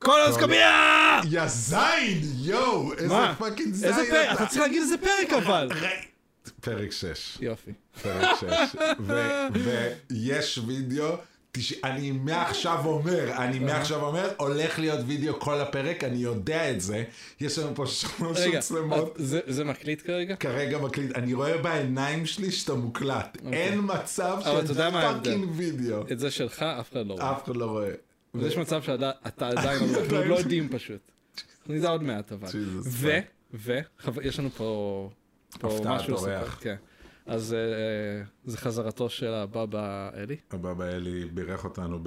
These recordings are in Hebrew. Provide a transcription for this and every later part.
קולונוסקופיה! יא זין, יואו, איזה פאקינג זין איזה פרק? אתה צריך להגיד איזה פרק אבל. פרק 6. יופי. פרק 6. ויש וידאו, אני מעכשיו אומר, הולך להיות וידאו כל הפרק, אני יודע את זה. יש לנו פה 3 מצלמות. זה מקליט כרגע? כרגע מקליט. אני רואה בעיניים שלי שאתה מוקלט. אין מצב של פאקינג וידאו. את זה שלך אף אחד לא רואה. אף אחד לא רואה. יש מצב שאתה עדיין לא יודעים פשוט. נדע עוד מעט אבל. יש לנו פה משהו לספר. כן. אז זה חזרתו של הבבא אלי. הבבא אלי בירך אותנו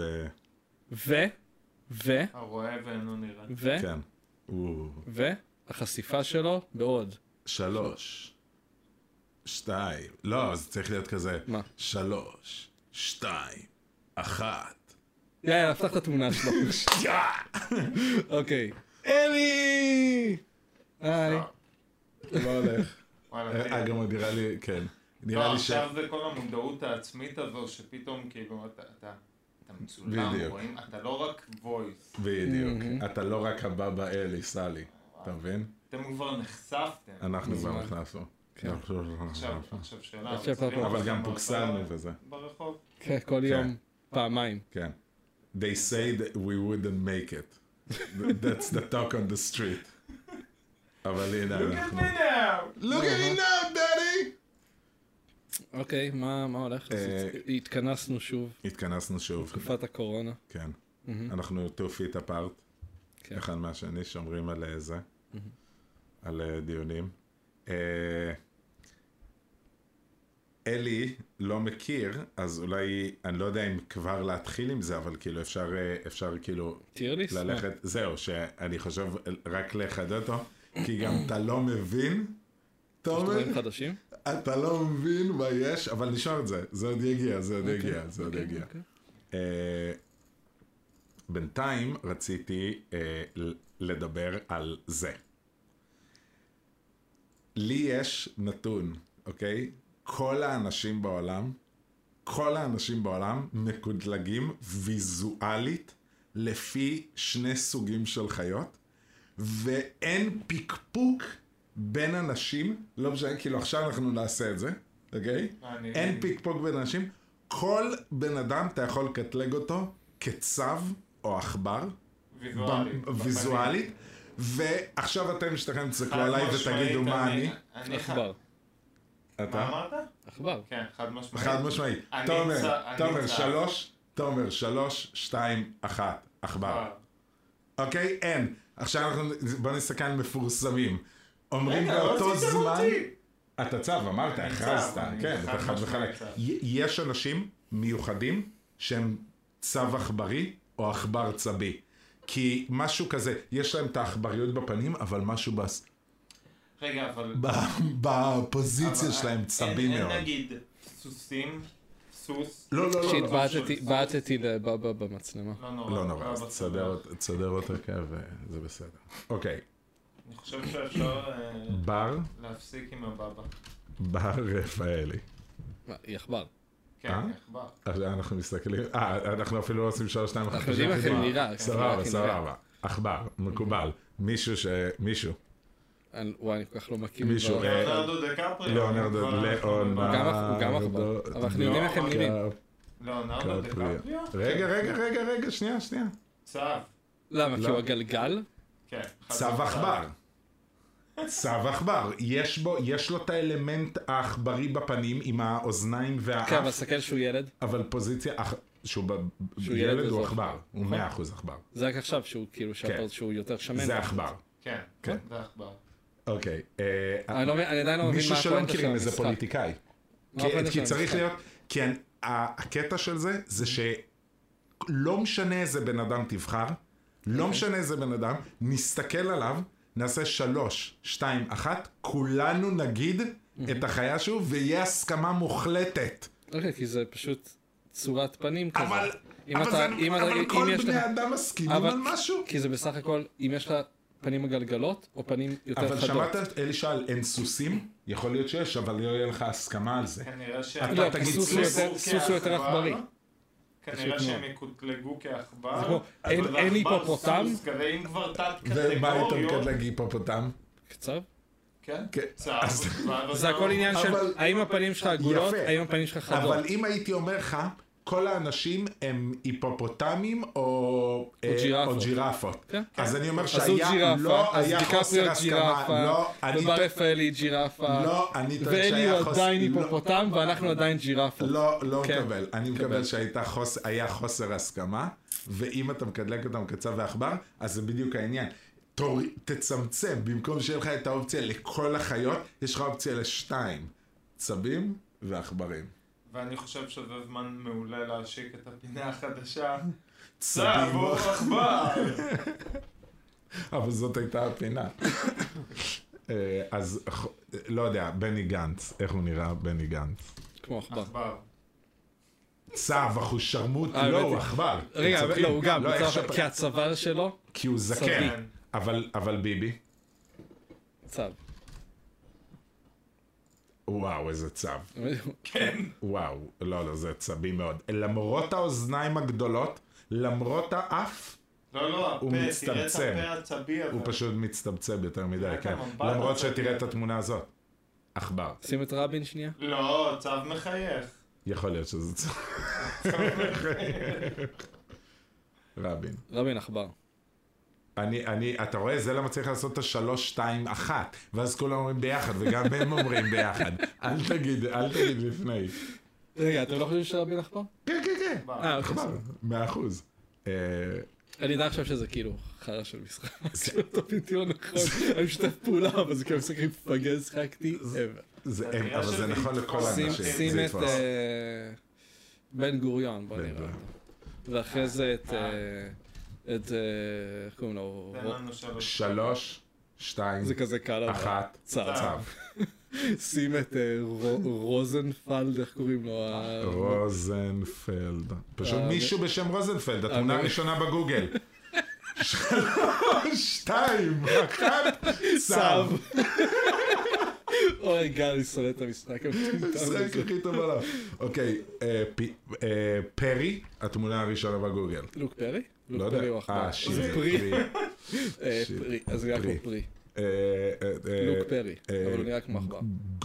הרואה ואינו נראה. כן. והחשיפה שלו בעוד. 3, 2, לא, זה צריך להיות כזה. מה? 3, 2, 1. יאללה, פתח את התמונה שלו. אוקיי. אלי! היי. לא הולך. גם נראה לי, כן. לא, עכשיו זה כל המודעות העצמית הזו, שפתאום כאילו אתה מצולם, רואים, אתה לא רק וויס. בדיוק. אתה לא רק הבבא אלי, סלי. אתה מבין? אתם כבר נחשפתם. אנחנו כבר נחשפנו. עכשיו שאלה. אבל גם פוקסלנו וזה. ברחוב. כן, כל יום. פעמיים. כן. They say that we wouldn't make it. That's the talk on the street. אבל הנה אנחנו. Look at me now! Look at me now, daddy! אוקיי, מה הולך? התכנסנו שוב. תקופת הקורונה. כן. אנחנו 2 feet apart. אחד מהשני שומרים על זה. על דיונים. אלי לא מכיר, אז אולי, אני לא יודע אם כבר להתחיל עם זה, אבל כאילו אפשר כאילו ללכת, זהו, שאני חושב רק לחדד אותו, כי גם אתה לא מבין, תומר, אתה לא מבין מה יש, אבל נשאר את זה, זה עוד יגיע. בינתיים רציתי לדבר על זה. לי יש נתון, אוקיי? כל האנשים בעולם מקודלגים ויזואלית לפי 2 סוגים של חיות, ואין פיקפוק בין אנשים, לא משנה, כאילו עכשיו אנחנו נעשה את זה, אוקיי? אין פיקפוק בין אנשים, כל בן אדם אתה יכול לקטלג אותו כצב או עכבר, ויזואלית, ועכשיו אתם משתכם תסתכלו עליי ותגידו מה אני. עכבר. מה אמרת? עכבר. כן, חד משמעית. תומר, 3, 2, 1, עכבר. אוקיי? אין. עכשיו בוא נסתכל על מפורסמים. אומרים באותו זמן... אתה צב, אמרת, הכרזת. כן, אתה חד וחלק. יש אנשים מיוחדים שהם צב עכברי או עכבר צבי. כי משהו כזה, יש להם את העכבריות בפנים, אבל משהו רגע, אבל... בפוזיציה שלהם צבי מאוד. אין נגיד סוס... לא. שהתבעטתי לבבא במצלמה. לא נורא, אז תסדר אותה וזה בסדר. אוקיי. אני חושב שאפשר... להפסיק עם הבבא. בר רפאלי. היא עכבר. כן, עכבר. אנחנו מסתכלים... אנחנו אפילו לא עושים 3, 2, 1. אנחנו יודעים איך היא נראה. סבבה. עכבר, מקובל. מישהו וואי, אני כל כך לא מכיר. ליאונרדו דקפריו. הוא גם עכבר. אבל אנחנו יודעים איך הם נראים. ליאונרדו דקפריו? רגע, שנייה. צב. למה? כי הוא הגלגל? כן. צב עכבר. יש לו את האלמנט העכברי בפנים עם האוזניים והאף. כן, אבל סתכל שהוא ילד. אבל פוזיציה... שהוא ילד הוא עכבר. הוא 100% עכבר. זה רק עכשיו שהוא כאילו שאפרת שהוא יותר שמן. זה עכבר. כן, זה עכבר. אוקיי. אני עדיין לא מבין מישהו שלא מכירים איזה פוליטיקאי. כי צריך להיות, כי הקטע של זה שלא משנה איזה בן אדם תבחר, לא משנה איזה בן אדם, נסתכל עליו, נעשה 3, 2, 1, כולנו נגיד את החיה שהוא, ויהיה הסכמה מוחלטת. אוקיי, כי זה פשוט צורת פנים כזה. אבל כל בני אדם מסכימים על משהו? כי זה בסך הכל, אם יש לך פנים מגלגלות, או פנים יותר חדות. אבל שמעת אלי שאל, אין סוסים? יכול להיות שיש, אבל לא יהיה לך הסכמה על זה. כנראה ש... סוס הוא יותר עכברי. כנראה שהם יקוטלגו כעכבר. אין היפופוטם. אם כבר תת קטגוריות. ומה יותר קטלג היפופוטם? קצב? כן, צב. זה הכל עניין של האם הפנים שלך עגולות, האם הפנים שלך חדות. אבל אם הייתי אומר לך, כל האנשים הם היפופוטמים או ג'ירפות. אז אני אומר שהיה לא היה חוסר הסכמה. ובר רפאלי ג'ירפה. ואלי הוא עדיין היפופוטם ואנחנו עדיין ג'ירפות. לא מקבל. אני מקבל שהיה חוסר הסכמה, ואם אתה מקדלק אותם קצב ועכבר, אז זה בדיוק העניין. תצמצם, במקום שיהיה לך את האופציה לכל החיות, יש לך אופציה לשתיים, צבים ועכברים. ואני חושב שזה זמן מעולה להשיק את הפינה החדשה. צב או עכבר! אבל זאת הייתה הפינה. אז לא יודע, בני גנץ, איך הוא נראה בני גנץ? כמו עכבר. צב, אחוז שרמוט, לא, הוא עכבר. רגע, לא, הוא גם, כי הצוואר שלו, כי הוא זקן. אבל ביבי? צב. וואו, איזה צב. כן. וואו, לא, זה צבי מאוד. למרות האוזניים הגדולות, למרות האף, הוא מצטמצם. תראה את הפה הצבי הזה. הוא פשוט מצטמצם יותר מדי, כן. למרות שתראה את התמונה הזאת. עכבר. שים את רבין שנייה. לא, צב מחייך. יכול להיות שזה צב. רבין עכבר. אתה רואה, זה למה צריך לעשות את 3-2-1, ואז כולם אומרים ביחד, וגם הם אומרים ביחד. אל תגיד לפני. רגע, אתם לא חושבים שרבין עכבר? כן. עכבר, 100%. אני יודע עכשיו שזה כאילו חרא של משחק. זה לא פיתיון נכון. אני משתף פעולה, אבל זה כאילו משחק מפגז שחקתי. אבל זה נכון לכל האנשים. שים את בן גוריון, בוא נראה. ואחרי זה את, איך קוראים לו? 3, 2, זה כזה קל. 1, צב. שים את רוזנפלד, איך קוראים לו? רוזנפלד. פשוט מישהו בשם רוזנפלד, התמונה הראשונה בגוגל. 3, 2, 1, צב. אוי גל, אני שונא את המשחק. המשחק הכי טוב עליו. אוקיי, פרי, התמונה הראשונה בגוגל. לוק פרי? לא יודע. פרי. אז זה נראה כמו פרי. לוק פרי, אבל הוא נראה כמו עכבר.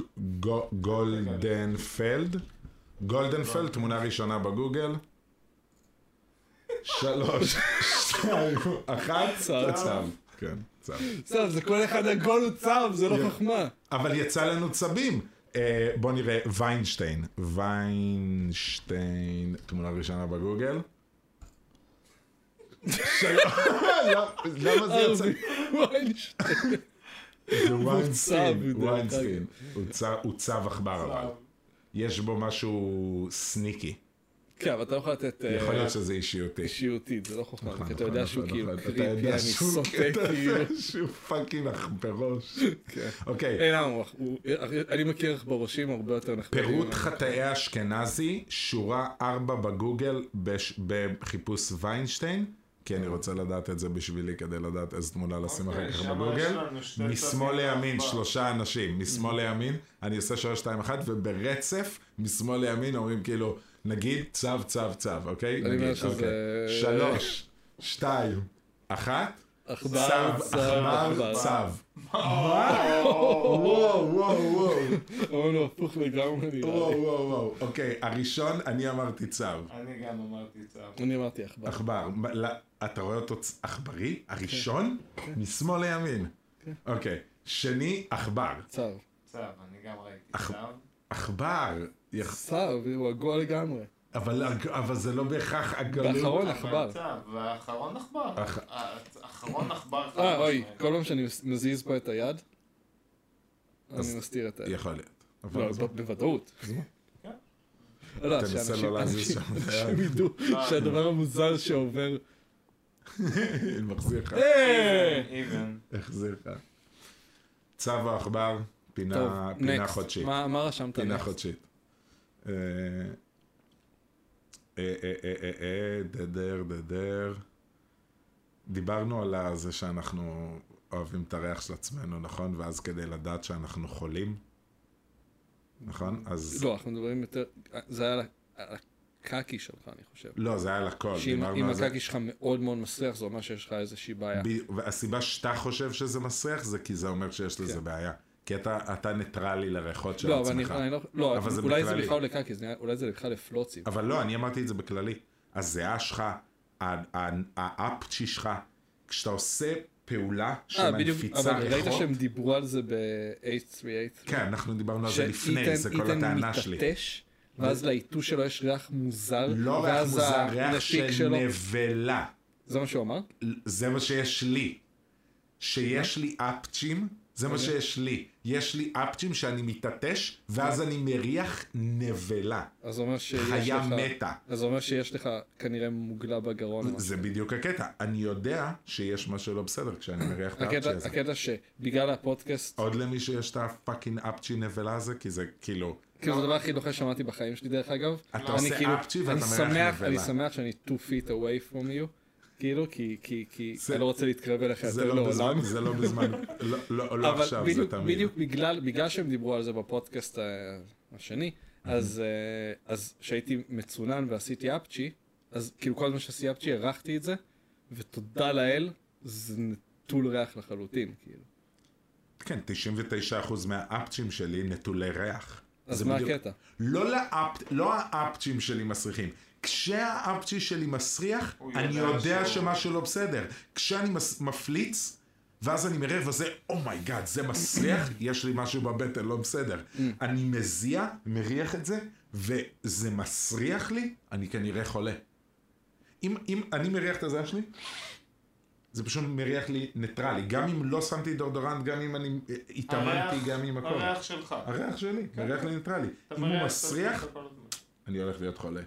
גולדנפלד, תמונה ראשונה בגוגל. 3, 2, 1, צב. כן, צב. זה כל אחד עגול הוא צב, זה לא חכמה. אבל יצא לנו צבים. בוא נראה, ויינשטיין, תמונה ראשונה בגוגל. למה זה יצא? זה ויינסטיין. הוא צב עכבר אבל. יש בו משהו סניקי. כן, אבל אתה לא יכול לתת... יכול להיות שזה אישיותי. אישיותית, זה לא חוכמה, כי אתה יודע שהוא כאילו קריפי, אני סוטה כאילו. שהוא פאקינג בראש. אוקיי. אני מכיר איך בראשים הרבה יותר נחמדים. פירוט חטאי אשכנזי, שורה 4 בגוגל בחיפוש ויינשטיין, כי אני רוצה לדעת את זה בשבילי כדי לדעת איזה תמונה לשים אחר כך בגוגל. משמאל לימין 3 אנשים, משמאל לימין, אני עושה 3, 2, 1, וברצף, משמאל לימין אומרים כאילו, נגיד צב, אוקיי? אני אומר שזה... 3, 2, 1, עכבר, צב. וואו. אומרים לו, הפוך לגמרי. וואו. אוקיי, הראשון, אני אמרתי צב. אני גם אמרתי צב. אני אמרתי עכבר. עכבר. אתה רואה אותו עכברי? הראשון? משמאל לימין. אוקיי. שני, עכבר. צב. אני גם ראיתי צב. עכבר. צב, הוא עגול לגמרי. אבל זה לא בהכרח עגלות. באחרון עכבר. והאחרון עכבר. האחרון עכבר. אוי, כל פעם שאני מזיז פה את היד, אני מסתיר את היד. יכול להיות. לא, בוודאות. לא, תנסה לא להזיז שם. שאנשים ידעו שהדבר המוזר שעובר... מחזיר לך. החזיר לך. צב או עכבר, פינה חודשית. מה רשמת? פינה חודשית. דדר. דיברנו על זה שאנחנו אוהבים את הריח של עצמנו, נכון? ואז כדי לדעת שאנחנו חולים, נכון? אז... לא, אנחנו מדברים יותר... זה היה על הקאקי שלך, אני חושב. לא, זה היה לכל. אם הקאקי שלך מאוד מאוד מסריח, זה אומר שיש לך איזושהי בעיה. והסיבה שאתה חושב שזה מסריח, זה כי זה אומר שיש לזה בעיה. כי אתה ניטרלי לריחות של עצמך. לא, אולי זה בכלל לקאקי, אולי זה בכלל לפלוצים. אבל לא, אני אמרתי את זה בכללי. הזיעה שלך, האפצ'י שלך, כשאתה עושה פעולה שמנפיצה ריחות... אבל ראית שהם דיברו על זה ב-838? כן, אנחנו דיברנו על זה לפני, זה כל הטענה שלי. שאיתן מתעטש, ואז לאיתוש שלו יש ריח מוזר. לא ריח מוזר, ריח של נבלה. זה מה שהוא אמר? זה מה שיש לי. שיש לי אפצ'ים, זה מה שיש לי. יש לי אפצ'ים שאני מתעטש, ואז אני מריח נבלה. חיה מתה. אז זה אומר שיש לך כנראה מוגלה בגרון. זה בדיוק הקטע. אני יודע שיש משהו לא בסדר כשאני מריח את האפצ'י הזה. הקטע שבגלל הפודקאסט... עוד למישהו יש את הפאקינג אפצ'י נבלה הזה, כי זה כאילו... כאילו זה הדבר הכי דוחה שמעתי בחיים שלי דרך אגב. אתה עושה אפצ'י ואתה מריח נבלה. אני שמח שאני 2 feet away from you. כאילו, כי אני לא רוצה להתקרב אליך יותר לעולם. זה לא בזמן, לא עכשיו, זה תמיד. בדיוק בגלל שהם דיברו על זה בפודקאסט השני, אז שהייתי מצונן ועשיתי אפצ'י, אז כאילו כל הזמן שעשיתי אפצ'י, ערכתי את זה, ותודה לאל, זה נטול ריח לחלוטין, כאילו. כן, 99% מהאפצ'ים שלי נטולי ריח. אז מה הקטע? לא האפצ'ים שלי מסריחים. כשהאפצ'י שלי מסריח, אני יודע שמשהו לא בסדר. כשאני מפליץ, ואז אני מריח וזה, אומייגאד, זה מסריח, יש לי משהו בבטן לא בסדר. אני מזיע, מריח את זה, וזה מסריח לי, אני כנראה חולה. אם אני מריח את הזיעה שלי, זה פשוט מריח לי ניטרלי. גם אם לא שמתי דורדורנט, גם אם אני התאמנתי, גם עם הכל. הריח שלך. הריח שלי, מריח לי ניטרלי. אם הוא מסריח, אני הולך להיות חולה.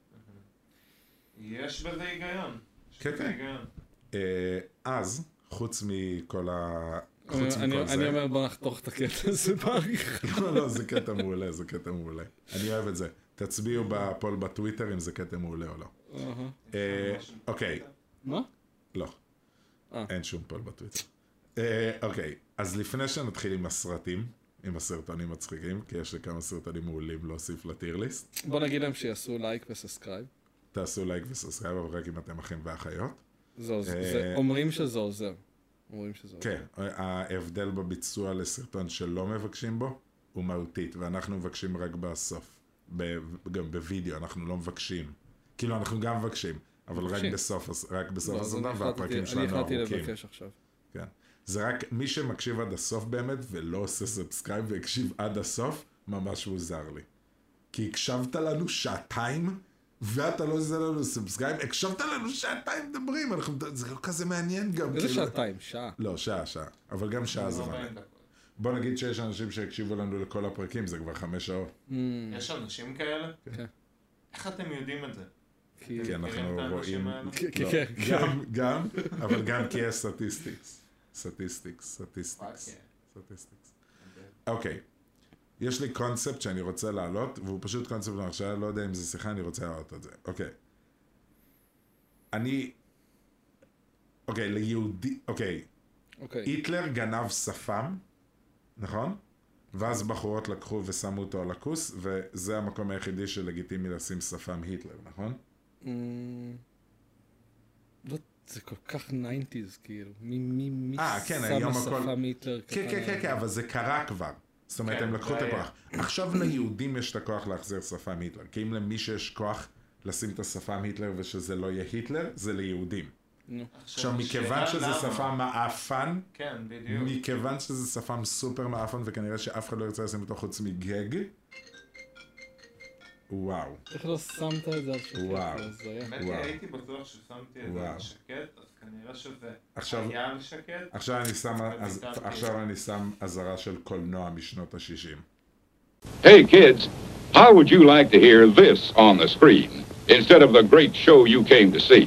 יש בזה היגיון. כן. אז, חוץ מכל אני אומר בוא נחתוך את הקטע הזה בעריכה. לא, זה קטע מעולה, זה קטע מעולה. אני אוהב את זה. תצביעו בפול בטוויטר אם זה קטע מעולה או לא. אוקיי. מה? לא. אין שום פול בטוויטר. אוקיי, אז לפני שנתחיל עם הסרטים, עם הסרטונים מצחיקים, כי יש לי כמה סרטונים מעולים להוסיף לטיר ליסט. בוא נגיד להם שיעשו לייק וסאסקרייב. תעשו לייק וסאסקרייב, אבל רק אם אתם אחים ואחיות. אומרים שזה עוזר. כן, ההבדל בביצוע לסרטון שלא מבקשים בו, הוא מהותית, ואנחנו מבקשים רק בסוף. גם בווידאו, אנחנו לא מבקשים. כאילו, אנחנו גם מבקשים, אבל רק בסוף הסרטון, והפרקים שלנו ארוכים. אני החלטתי לבקש עכשיו. כן. זה רק מי שמקשיב עד הסוף באמת, ולא עושה סאבסקרייב והקשיב עד הסוף, ממש מוזר לי. כי הקשבת לנו שעתיים, ואתה לא עושה לנו סאבסקרייב, הקשבת לנו שעתיים מדברים, זה לא כזה מעניין גם. איזה שעתיים? שעה? לא, שעה. אבל גם שעה זה מעניין. בוא נגיד שיש אנשים שהקשיבו לנו לכל הפרקים, זה כבר 5 שעות. יש אנשים כאלה? כן. איך אתם יודעים את זה? כי אנחנו רואים... כן. גם, אבל גם כי יש סטטיסטיקס. אוקיי. יש לי קונספט שאני רוצה להעלות, והוא פשוט קונספט עכשיו, לא יודע אם זה שיחה, אני רוצה להעלות את זה. אוקיי. ליהודי, היטלר גנב שפם, נכון? ואז בחורות לקחו ושמו אותו על הכוס, וזה המקום היחידי שלגיטימי לשים שפם היטלר, נכון? זה כל כך 90s, כאילו. מי שם שפם היטלר? כן, אבל זה קרה כבר. זאת אומרת, הם לקחו את הכוח. עכשיו ליהודים יש את הכוח להחזיר שפם היטלר. כי אם למי שיש כוח לשים את השפם היטלר ושזה לא יהיה היטלר, זה ליהודים. עכשיו, מכיוון שזה שפם מאפן, כן, בדיוק. מכיוון שזה שפם סופר מאפן, וכנראה שאף אחד לא ירצה לשים אותו חוץ מגג, וואו. איך לא שמת את זה על שקט? וואו. באמת הייתי בטוח ששמתי את זה על שקט, אז כנראה שזה היה על שקט. עכשיו אני שם אזהרה של קולנוע משנות ה-60. Hey kids, how would you like to hear this on the screen instead of the great show you came to see?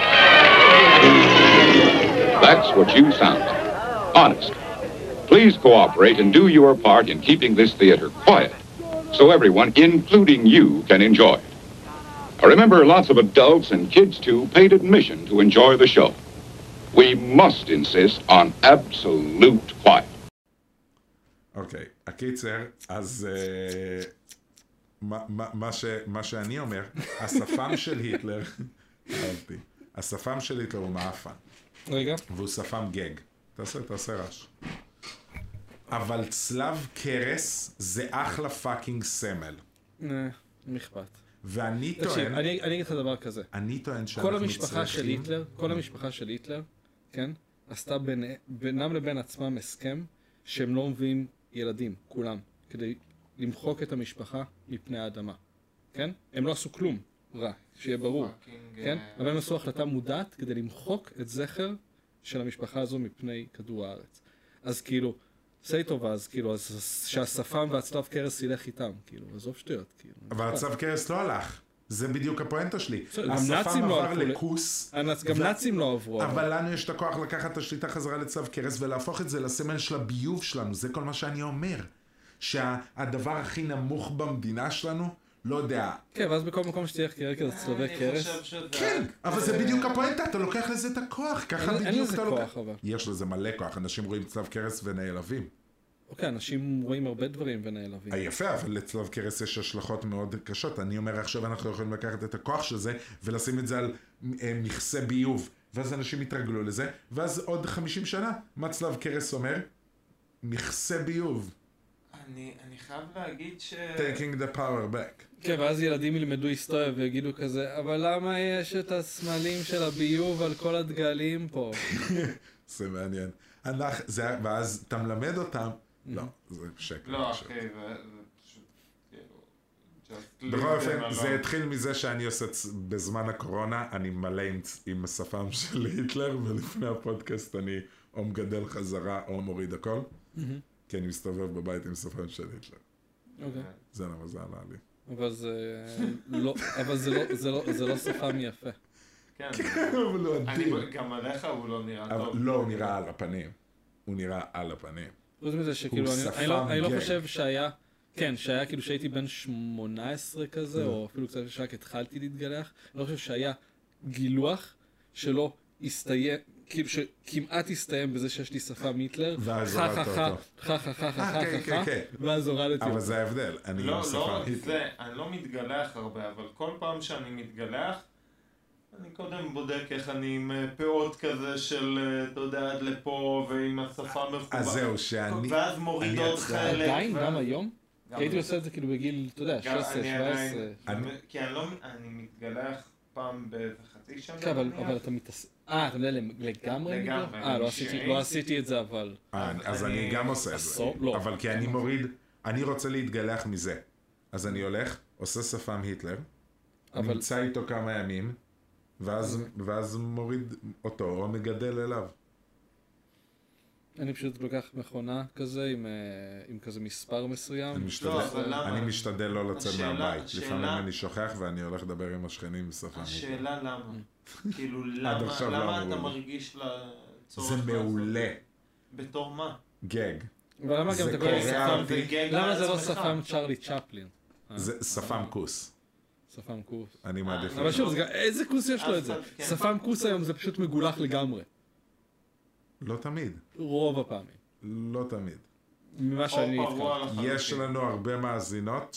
That's what you sound. Honest. Please cooperate and do your part in keeping this theater quiet so everyone, including you, can enjoy it. Remember, lots of adults and kids too paid admission to enjoy the show. We must insist on absolute quiet. אוקיי, הקיצר, אז מה שאני אומר, השפם של היטלר, אהבתי, השפם של היטלר הוא מאפן. רגע. והוא שפם גג. תעשה רעש. אבל צלב קרס זה אחלה פאקינג סמל. מכפת. ואני טוען... אני אגיד את הדבר כזה. אני טוען שאנחנו צריכים... כל המשפחה של היטלר, כן, עשתה בינם לבין עצמם הסכם שהם לא מביאים ילדים, כולם, כדי למחוק את המשפחה מפני האדמה. כן? הם לא עשו כלום רע, שיהיה ברור. כן? אבל הם עשו החלטה מודעת כדי למחוק את זכר של המשפחה הזו מפני כדור הארץ. אז כאילו, עושה טובה, אז כאילו, שהשפם והצלב קרס ילך איתם, כאילו, עזוב שטויות, כאילו. אבל הצלב קרס לא הלך. זה בדיוק הפואנטה שלי. השפם עבר לכוס. גם נאצים לא עברו. אבל לנו יש את הכוח לקחת את השליטה חזרה לצלב קרס ולהפוך את זה לסמל של הביוב שלנו. זה כל מה שאני אומר. שהדבר הכי נמוך במדינה שלנו, לא יודע. כן, ואז בכל מקום שתהיה כזה צלבי קרס. כן, אבל זה בדיוק הפואנטה, אתה לוקח לזה את הכוח. ככה בדיוק אתה לוקח. אין לזה כוח, אבל. יש לזה מלא כוח. אנשים רואים צלב קרס ונעלבים. אוקיי, אנשים רואים הרבה דברים ונעלבים. יפה, אבל לצלב קרס יש השלכות מאוד קשות. אני אומר, עכשיו אנחנו יכולים לקחת את הכוח של זה, ולשים את זה על מכסה ביוב. ואז אנשים יתרגלו לזה, ואז עוד 50 שנה, מה צלב קרס אומר? מכסה ביוב. אני חייב להגיד taking the power back. כן, ואז ילדים ילמדו היסטוריה ויגידו כזה, אבל למה יש את הסמלים של הביוב על כל הדגלים פה? זה מעניין. ואז אתה מלמד אותם, לא, זה שקר. לא, אחי, זה פשוט, כאילו, בכל אופן, זה התחיל מזה שאני עושה, בזמן הקורונה, אני מלא עם השפם של היטלר, ולפני הפודקאסט אני או מגדל חזרה או מוריד הכל, כי אני מסתובב בבית עם שפם של היטלר. אוקיי. זה למזל עלי. אבל זה לא שפם יפה. כן, אבל הוא עדין. גם עליך הוא לא נראה טוב. לא, הוא נראה על הפנים. הוא נראה על הפנים. חוץ מזה שכאילו, אני לא חושב שהיה, כן, שהיה כאילו שהייתי בן 18 כזה, או אפילו קצת שרק התחלתי להתגלח, אני לא חושב שהיה גילוח שלא הסתיים, כאילו שכמעט הסתיים בזה שיש לי שפם היטלר, ואז הורדתי. אבל זה ההבדל, אני עם שפם היטלר. אני לא מתגלח הרבה, אבל כל פעם שאני מתגלח, אני קודם בודק איך אני עם פאות כזה של, אתה יודע, עד לפה, ועם השפה מחובה. אז זהו, שאני... ואז מוריד עוד חלק. עדיין, גם היום? כי הייתי עושה את זה כאילו בגיל, אתה יודע, 16, 17. כי אני מתגלח פעם בחצי שנה. כן, אבל אתה מתעסק... אתה יודע, לגמרי? לא עשיתי את זה, אבל... אז אני גם עושה את זה. אבל כי אני מוריד, אני רוצה להתגלח מזה. אז אני הולך, עושה שפם היטלר, נמצא איתו כמה ימים, ואז מוריד אותו, או מגדל אליו. אני פשוט לוקח מכונה כזה, עם כזה מספר מסוים. אני משתדל לא לצאת מהבית. לפעמים אני שוכח ואני הולך לדבר עם השכנים בשפם. השאלה למה? כאילו, למה אתה מרגיש לצורך? זה מעולה. בתור מה? גג. ולמה גם אתה קורא שפם? למה זה לא שפם צ'רלי צ'פלין? זה שפם כוס. שפם כוס. אני מעדיף. אבל שוב, איזה כוס יש לו את זה? שפם כוס היום זה פשוט מגולח לגמרי. לא תמיד. רוב הפעמים. לא תמיד. ממה שאני נתקע. יש לנו הרבה מאזינות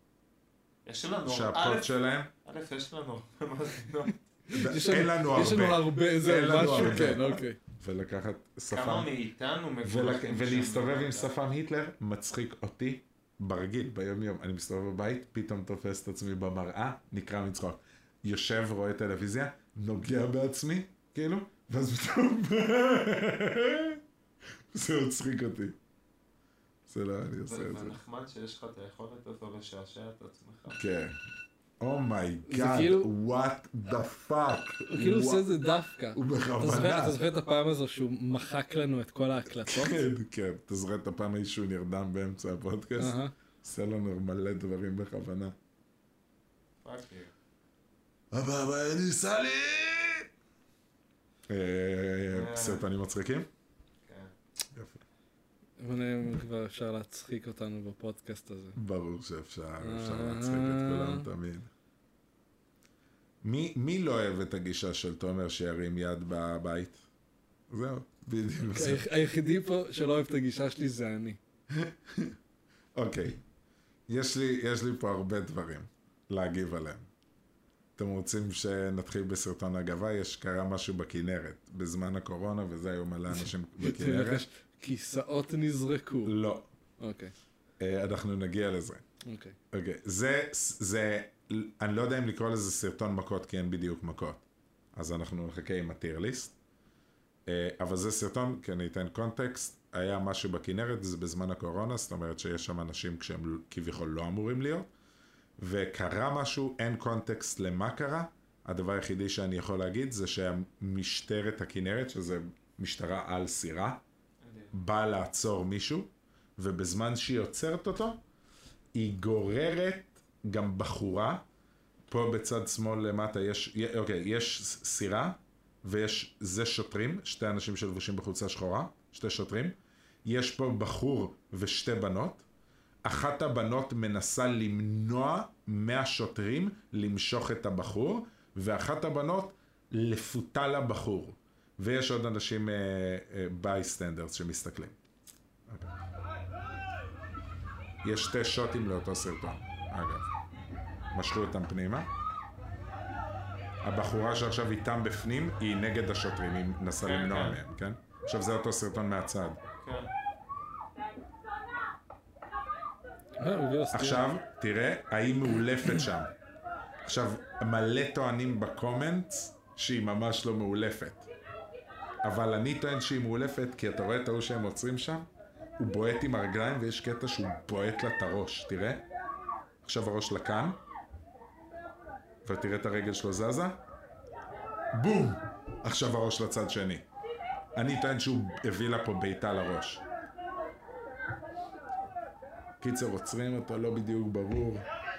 שהפוד שלהם... יש לנו מאזינות. אין לנו הרבה. יש לנו הרבה, זה משהו, כן, אוקיי. ולקחת שפם... כמה מאיתנו ולהסתובב עם שפם היטלר מצחיק אותי ברגיל, ביום יום. אני מסתובב בבית, פתאום תופס את עצמי במראה, נקרא מצחוק. יושב, רואה טלוויזיה, נוגע בעצמי, כאילו, ואז פתאום... זה מצחיק אותי. זה לא, אני עושה את זה. זה נחמד שיש לך את היכולת הזו לשעשע את עצמך. כן. אומייגאד, what the fuck. הוא כאילו עושה את זה דווקא. הוא בכוונה. אתה זוכר את הפעם הזו שהוא מחק לנו את כל ההקלטות? כן, אתה זוכר את הפעם ההיא שהוא נרדם באמצע הפודקאסט? עושה לנו מלא דברים בכוונה. פאק אבל ניסה לי! סרטונים מצחיקים? כן. יפה. אבל כבר אפשר להצחיק אותנו בפודקאסט הזה. ברור שאפשר להצחיק את כולם תמיד. מי לא אוהב את הגישה של תומר שירים יד בבית? זהו, בדיוק. היחידי פה שלא אוהב את הגישה שלי זה אני. אוקיי. יש לי פה הרבה דברים להגיב עליהם. אתם רוצים שנתחיל בסרטון הגבה? קרה משהו בכנרת, בזמן הקורונה, וזה היו מלא אנשים בכנרת. כיסאות נזרקו. לא. אוקיי. אנחנו נגיע לזה. אוקיי. זה, אני לא יודע אם לקרוא לזה סרטון מכות, כי אין בדיוק מכות. אז אנחנו נחכה עם הטיר ליסט. אבל זה סרטון, כי אני אתן קונטקסט, היה משהו בכנרת, זה בזמן הקורונה, זאת אומרת שיש שם אנשים כשהם כביכול לא אמורים להיות, וקרה משהו, אין קונטקסט למה קרה, הדבר היחידי שאני יכול להגיד זה שהמשטרת הכנרת, שזה משטרה על סירה, באה לעצור מישהו, ובזמן שהיא עוצרת אותו, היא גוררת גם בחורה, פה בצד שמאל למטה יש סירה, ויש זה שוטרים, שתי אנשים שלבושים בחולצה שחורה, שתי שוטרים, יש פה בחור ושתי בנות, אחת הבנות מנסה למנוע מהשוטרים למשוך את הבחור, ואחת הבנות לפותה לבחור. ויש עוד אנשים בייסטנדרס שמסתכלים. יש שתי שוטים לאותו סרטון, אגב. משכו אותם פנימה. הבחורה שעכשיו איתם בפנים היא נגד השוטרים, היא מנסה למנוע מהם, כן? עכשיו זה אותו סרטון מהצד. כן. עכשיו, תראה, היא מאולפת שם. עכשיו, מלא טוענים בקומנטס שהיא ממש לא מאולפת. אבל אני טוען שהיא מאולפת, כי אתה רואה את ההוא שהם עוצרים שם? הוא בועט עם הרגליים ויש קטע שהוא בועט לה את הראש, תראה. עכשיו הראש לכאן. ותראה את הרגל שלו זזה. בום! עכשיו הראש לצד שני. אני טוען שהוא הביא לה פה ביתה לראש. קיצר, עוצרים אותו, לא בדיוק ברור.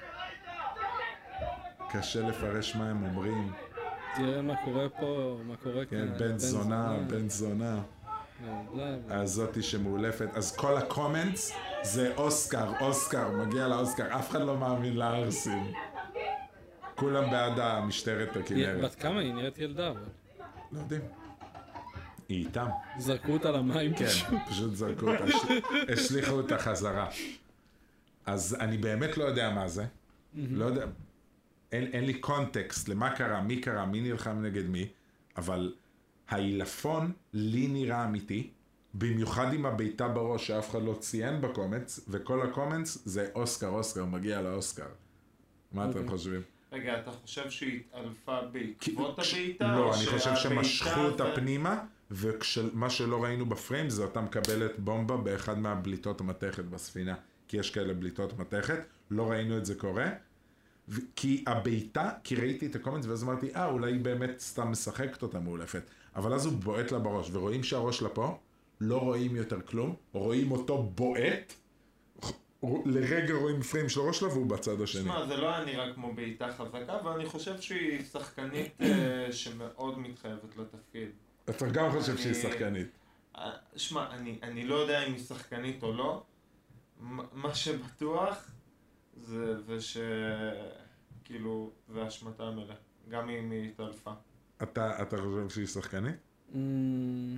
קשה לפרש מה הם אומרים. תראה מה קורה פה, מה קורה כאן. כן, בן זונה. אז זאתי שמאולפת. אז כל הקומנטס זה אוסקר, מגיע לאוסקר. אף אחד לא מאמין לארסים. כולם בעד המשטרת הכנרת. בת כמה היא? נראית ילדה, אבל. לא יודעים. היא איתם. זרקו אותה למים פשוט. כן, פשוט זרקו אותה. השליחו אותה חזרה. אז אני באמת לא יודע מה זה. לא יודע. אין לי קונטקסט למה קרה, מי קרה, מי נלחם נגד מי. אבל העילפון לי נראה אמיתי. במיוחד עם הביתה בראש שאף אחד לא ציין בקומנטס. וכל הקומנטס זה אוסקר, מגיע לאוסקר. מה אתם חושבים? רגע, אתה חושב שהיא התעלפה בעקבות הביתה? לא, אני חושב שמשכו אותה פנימה, ומה שלא ראינו בפריים זה אותה מקבלת בומבה באחד מהבליטות המתכת בספינה, כי יש כאלה בליטות מתכת, לא ראינו את זה קורה, כי הביתה, כי ראיתי את הקומנטס ואז אמרתי, אולי היא באמת סתם משחקת אותה מאולפת, אבל אז הוא בועט לה בראש, ורואים שהראש לה פה, לא רואים יותר כלום, רואים אותו בועט, לרגע רואים פריים של ראש לה והוא בצד השני. שמע, זה לא היה נראה כמו בעיטה חזקה, ואני חושב שהיא שחקנית שמאוד מתחייבת לתפקיד. אתה גם חושב שהיא שחקנית. שמע, אני לא יודע אם היא שחקנית או לא. מה שבטוח זה כאילו, זה אשמתה המלאה. גם אם היא התעלפה. אתה חושב שהיא שחקנית? אני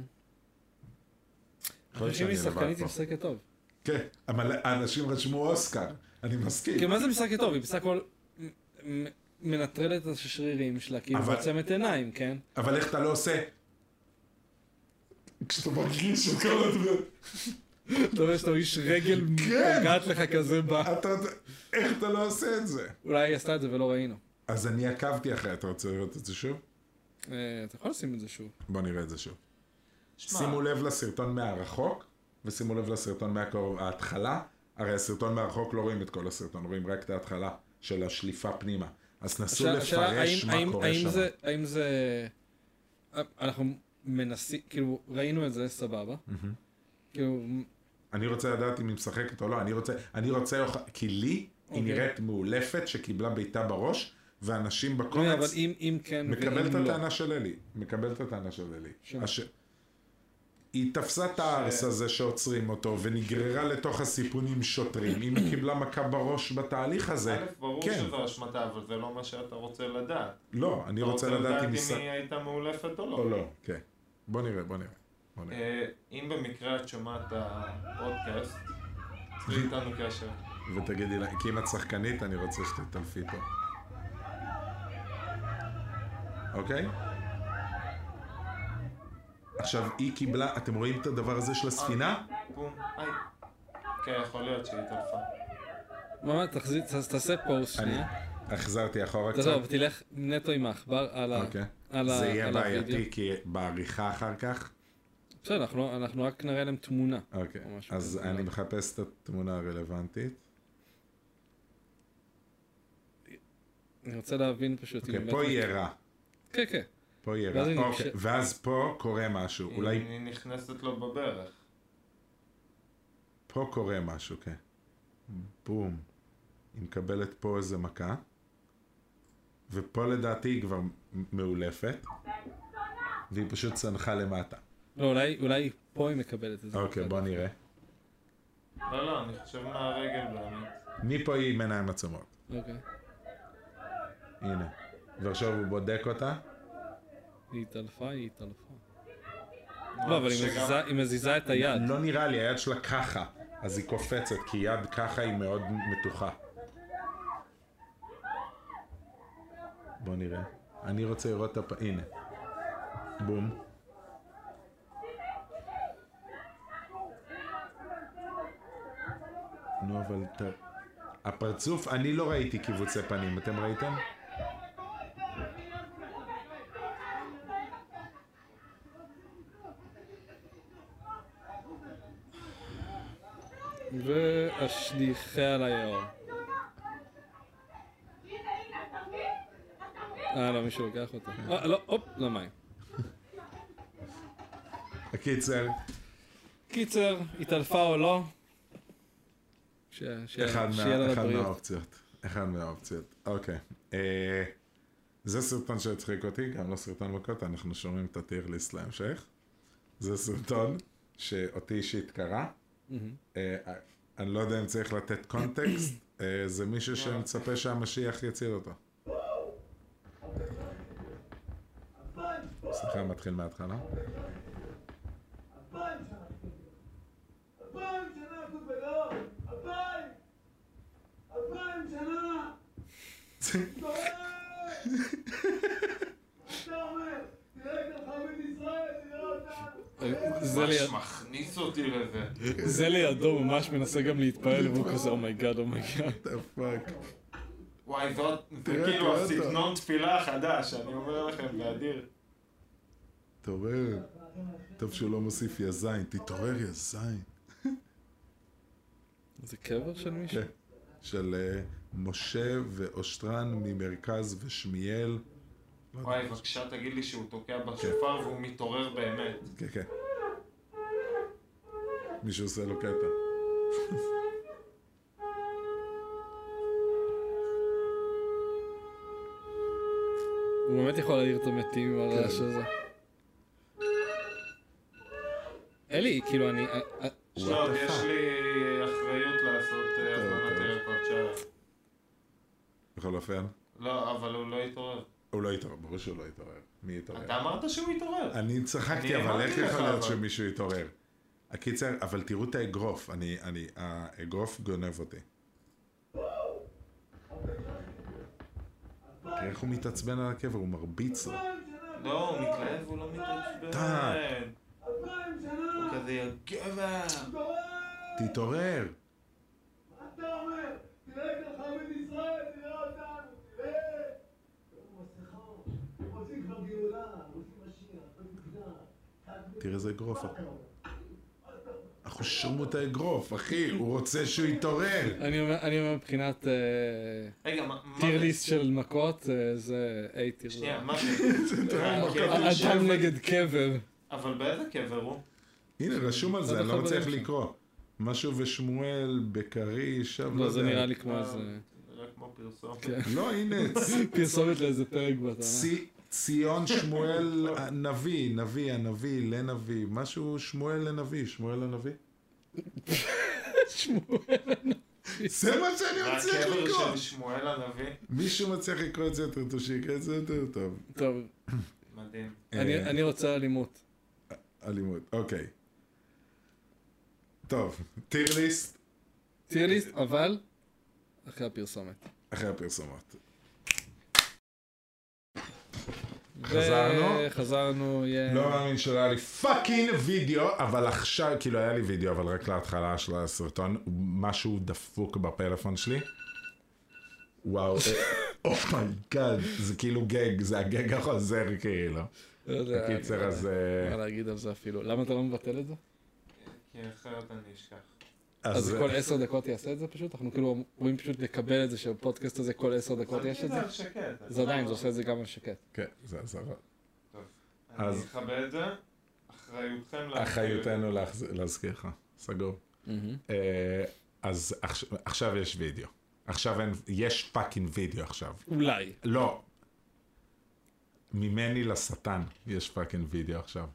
חושב שהיא שחקנית היא משחקת טוב. כן, אבל האנשים רשמו אוסקר, אני מסכים. כי מה זה משחקת טוב? היא בסך הכל מנטרלת את השרירים שלה, כי היא מבצמת עיניים, כן? אבל איך אתה לא עושה? כשאתה מרגיש את כל הדבר. אתה רואה שאתה איש רגל פגעת לך כזה בה. איך אתה לא עושה את זה? אולי היא עשתה את זה ולא ראינו. אז אני עקבתי אחרי, אתה רוצה לראות את זה שוב? אתה יכול לשים את זה שוב. בוא נראה את זה שוב. שימו לב לסרטון מהרחוק, ושימו לב לסרטון מההתחלה. הרי הסרטון מהרחוק לא רואים את כל הסרטון, רואים רק את ההתחלה של השליפה פנימה. אז נסו לפרש מה קורה שם. האם זה... אנחנו מנסים, כאילו, ראינו את זה, סבבה. כאילו... אני רוצה לדעת אם היא משחקת או לא, אני רוצה, כי לי היא נראית מאולפת שקיבלה ביתה בראש, ואנשים בקומץ... אבל אם כן מקבל את הטענה של אלי. מקבל את הטענה של אלי. היא תפסה את הארס הזה שעוצרים אותו, ונגררה לתוך הסיפונים שוטרים. אם היא קיבלה מכה בראש בתהליך הזה, ברור שזו אשמתה, אבל זה לא מה שאתה רוצה לדעת. לא, אני רוצה לדעת אם היא הייתה מאולפת או לא. או לא, כן. בוא נראה. אם במקרה את שומעת הפודקאסט, צרי איתנו קשר. ותגידי לה, כי אם את שחקנית, אני רוצה שתתעלפי פה. אוקיי? עכשיו, היא קיבלה, אתם רואים את הדבר הזה של הספינה? בום, היי. כן, יכול להיות שהיא התעלפה. מה, תעשה פורס שנייה. החזרתי אחורה קצת. תעזוב, תלך נטו עם העכבר על הווידאו. זה יהיה בעייתי, כי בעריכה אחר כך. בסדר, אנחנו רק נראה להם תמונה. אוקיי, אז אני מחפש את התמונה הרלוונטית. אני רוצה להבין פשוט. אוקיי, פה יהיה רע. כן, כן. פה יהיה רע. אוקיי, ואז פה קורה משהו. אולי... היא נכנסת לו בברך. פה קורה משהו, כן. בום. היא מקבלת פה איזה מכה. ופה לדעתי היא כבר מאולפת. והיא פשוט צנחה למטה. לא, אולי פה היא מקבלת את זה. אוקיי, בוא נראה. לא, אני חושב מהרגל באמת. מפה היא עם עיניים עצומות. אוקיי. הנה. ועכשיו הוא בודק אותה. היא התעלפה. לא, אבל היא מזיזה את היד. לא נראה לי, היד שלה ככה. אז היא קופצת, כי יד ככה היא מאוד מתוחה. בוא נראה. אני רוצה לראות את הנה. בום. נו, אבל הפרצוף, אני לא ראיתי קיבוצי פנים, אתם ראיתם? והשליחה על היער. לא, מישהו לוקח אותה. לא, הופ, לא מים. קיצר, התעלפה או לא? אחד מהאופציות. אוקיי. זה סרטון שהצחיק אותי, גם לא סרטון מכות, אנחנו שומעים את הטיר ליסט להמשך. זה סרטון שאותי אישית קרה. אני לא יודע אם צריך לתת קונטקסט, זה מישהו שמצפה שהמשיח יציל אותו. סליחה, מתחיל מההתחלה. 2000 שנה! אתה אומר, תראה את החמד ישראל, תראה אותנו! ממש מכניס אותי לזה. זה לידו ממש מנסה גם להתפעל, והוא כזה, אומייגאד. וואי, זה כאילו הסגנון תפילה החדש, אני אומר לכם, באדיר. תתעורר. טוב שהוא לא מוסיף יזין, תתעורר יזין. זה קבר של מישהו? כן. של משה ואושטרן ממרכז ושמיאל. וואי, בבקשה תגיד לי שהוא תוקע בשופר והוא מתעורר באמת. כן, כן. מישהו עושה לו קטע. הוא באמת יכול להעיר את המתים עם הרעש הזה. אלי, כאילו אני... שלום, יש לי אחריות לעשות הזמנת טלפון שלה. בכל אופן? לא, אבל הוא לא יתעורר. הוא לא יתעורר, ברור שהוא לא יתעורר. מי יתעורר? אתה אמרת שהוא יתעורר. אני צחקתי, אבל איך יכול להיות שמישהו יתעורר? הקיצר, אבל תראו את האגרוף, האגרוף גונב אותי. תראה איך הוא מתעצבן על הקבר, הוא מרביץ לו. לא, הוא מתלהב, הוא לא מתעצבן. הוא כזה יגבר. תתעורר. מה אתה אומר? תראה את החמד ישראל, תראה אותנו, תראה. הוא מסכה, הוא רוצים כבר גאולה, הוא רוצים משיח, תראה איזה אגרוף. אנחנו שומעו את האגרוף, אחי, הוא רוצה שהוא יתעורר. אני אומר מבחינת טירליסט של מכות, זה טיר. שנייה, מה זה? אדם נגד קבר. אבל באיזה קבר הוא? הנה, רשום על זה, אני לא מצליח לקרוא. משהו ושמואל, בקרי, שם לא, זה נראה לי כמו איזה... נראה כמו פרסומת. לא, הנה. פרסומת לאיזה פרק בתנה. ציון שמואל נביא, הנביא, לנביא, משהו שמואל לנביא, שמואל לנביא? שמואל לנביא. זה מה שאני מצליח לקרוא. זה הקבר של שמואל הנביא? מישהו מצליח לקרוא את זה יותר טוב, שיקרא את זה יותר טוב. טוב. מדהים. אני רוצה אלימות. אלימות, אוקיי. טוב, טירליסט. טירליסט, אבל אחרי הפרסומת. אחרי הפרסומות. חזרנו, לא מאמין שלא היה לי פאקינג וידאו, אבל עכשיו, כאילו היה לי וידאו, אבל רק להתחלה של הסרטון, משהו דפוק בפלאפון שלי. וואו, אומייגאד, זה כאילו גג, זה הגג החוזר כאילו. בקיצר, אז... מה להגיד על זה אפילו. למה אתה לא מבטל את זה? כי אחרת אני אשכח. אז כל 10 דקות יעשה את זה פשוט? אנחנו כאילו רואים פשוט לקבל את זה שבפודקאסט הזה כל 10 דקות יש את זה? על שקט. זה עדיין, זה עושה את זה גם על שקט. כן, זה עזר. טוב, אני אכבד את זה. אחריותכם אחריותנו להזכיר לך, סגור. אז עכשיו יש וידאו. עכשיו יש פאקינג וידאו עכשיו. אולי. לא. ממני לשטן יש פאקינג וידאו עכשיו.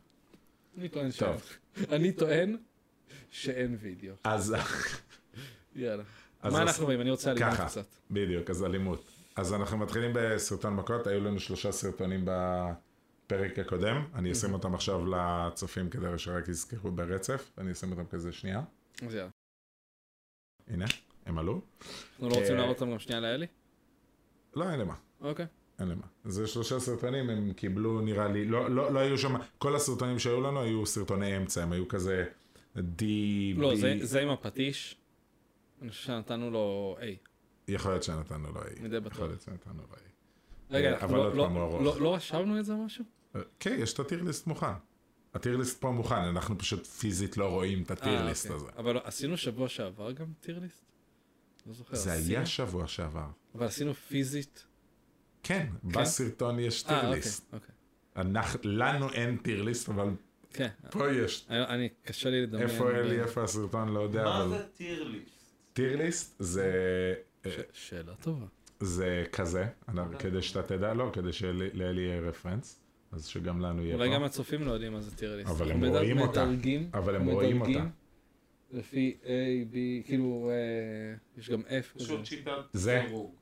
אני טוען שאין וידאו. אז... יאללה. מה אנחנו רואים? אני רוצה אלימות קצת. בדיוק, אז אלימות. אז אנחנו מתחילים בסרטון מכות, היו לנו 3 סרטונים בפרק הקודם, אני אשים אותם עכשיו לצופים כדי שרק יזכרו ברצף, אני אשים אותם כזה שנייה. אז יאללה. הנה, הם עלו. אנחנו לא רוצים להראות אותם גם שנייה לאלי? לא, אין למה. אוקיי. אין למה. זה 3 סרטונים, הם קיבלו נראה לי, לא היו שם, כל הסרטונים שהיו לנו היו סרטוני אמצע, הם היו כזה D, לא, B. זה עם הפטיש, אני חושב שנתנו לו A. יכול להיות שנתנו לו A. מדי בטוח. יכול להיות שנתנו לו A. רגע, אבל עוד פעם הוא ארוך. לא רשמנו את זה משהו? כן, יש את הטירליסט מוכן. הטירליסט פה מוכן, אנחנו פשוט פיזית לא רואים את הטירליסט הזה. אבל עשינו שבוע שעבר גם טירליסט? לא זוכר. זה היה שבוע שעבר. אבל עשינו פיזית? כן, בסרטון יש טירליסט. לנו אין טירליסט, אבל פה יש. אני קשה לי לדמיין. איפה אלי, איפה הסרטון, לא יודע. מה זה טירליסט? טירליסט זה... שאלה טובה. זה כזה, כדי שאתה תדע, לא, כדי שלאלי יהיה רפרנס, אז שגם לנו יהיה פה. אולי גם הצופים לא יודעים מה זה טירליסט. אבל הם רואים אותה. אבל הם רואים אותה. לפי A, B, כאילו, יש גם F. פשוט שיטת דירוג.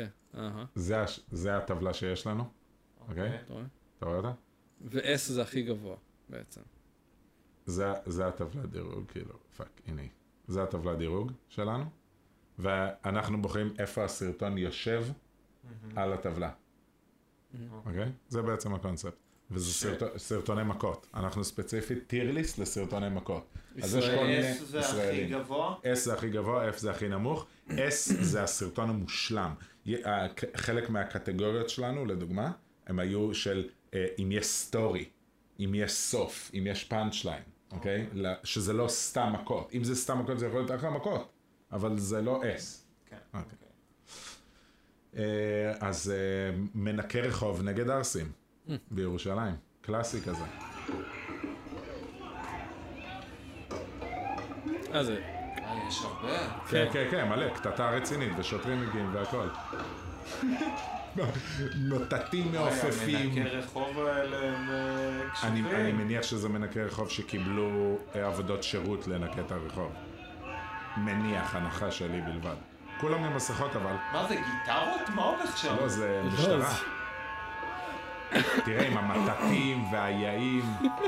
זה הטבלה שיש לנו, אוקיי? אתה רואה אותה? ו-S זה הכי גבוה, בעצם. זה הטבלה דירוג, כאילו, פאק, הנה. זה הטבלה דירוג שלנו, ואנחנו בוחרים איפה הסרטון יושב על הטבלה. אוקיי? זה בעצם הקונספט. וזה סרטוני מכות. אנחנו ספציפית טירליסט לסרטוני מכות. אז יש כל מיני S זה הכי גבוה? S זה הכי גבוה, F זה הכי נמוך. S זה הסרטון המושלם. חלק מהקטגוריות שלנו, לדוגמה, הם היו של אם יש סטורי, אם יש סוף, אם יש פאנצ'ליין, אוקיי? שזה לא סתם מכות. אם זה סתם מכות זה יכול להיות אחלה מכות, אבל זה לא S. כן. אז מנקה רחוב נגד ערסים. בירושלים, קלאסי כזה. זה... יש הרבה. כן, מלא, קטטה רצינית, ושוטרים מגיעים והכל. נוטטים מעופפים. מנקי רחוב האלה הם קשבים. אני מניח שזה מנקי רחוב שקיבלו עבודות שירות לנקה את הרחוב. מניח, הנחה שלי בלבד. כולם עם מסכות אבל... מה זה, גיטרות? מה הולך שם? לא, זה משטרה. תראה, עם המטטים והיעים.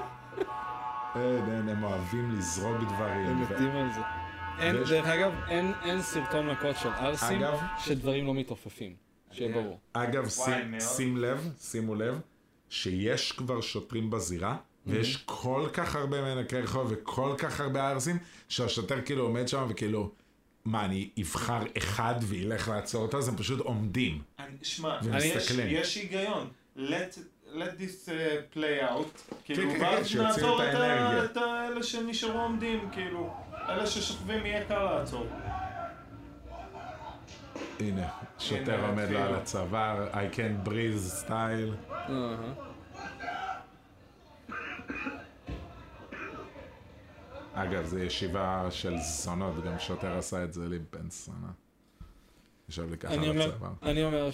הם אוהבים לזרוק דברים. הם מתים על זה. דרך אגב, אין סרטון מכות של ערסים שדברים לא מתעופפים. שיהיה ברור. אגב, שימו לב, שיש כבר שוטרים בזירה, ויש כל כך הרבה מנקי רחוב וכל כך הרבה ערסים, שהשוטר כאילו עומד שם וכאילו, מה, אני אבחר אחד וילך לעצור אותה? אז הם פשוט עומדים. שמע, יש היגיון. let this play out, כאילו, ואז נעצור את אלה שנשארו עומדים, כאילו, אלה ששוכבים יהיה קל לעצור. הנה, שוטר עומד לו על הצוואר, I can't breathe style. אגב, זו ישיבה של זונות, גם שוטר עשה את זה לי בן זונה. ישב לי ככה על הצוואר. אני אומר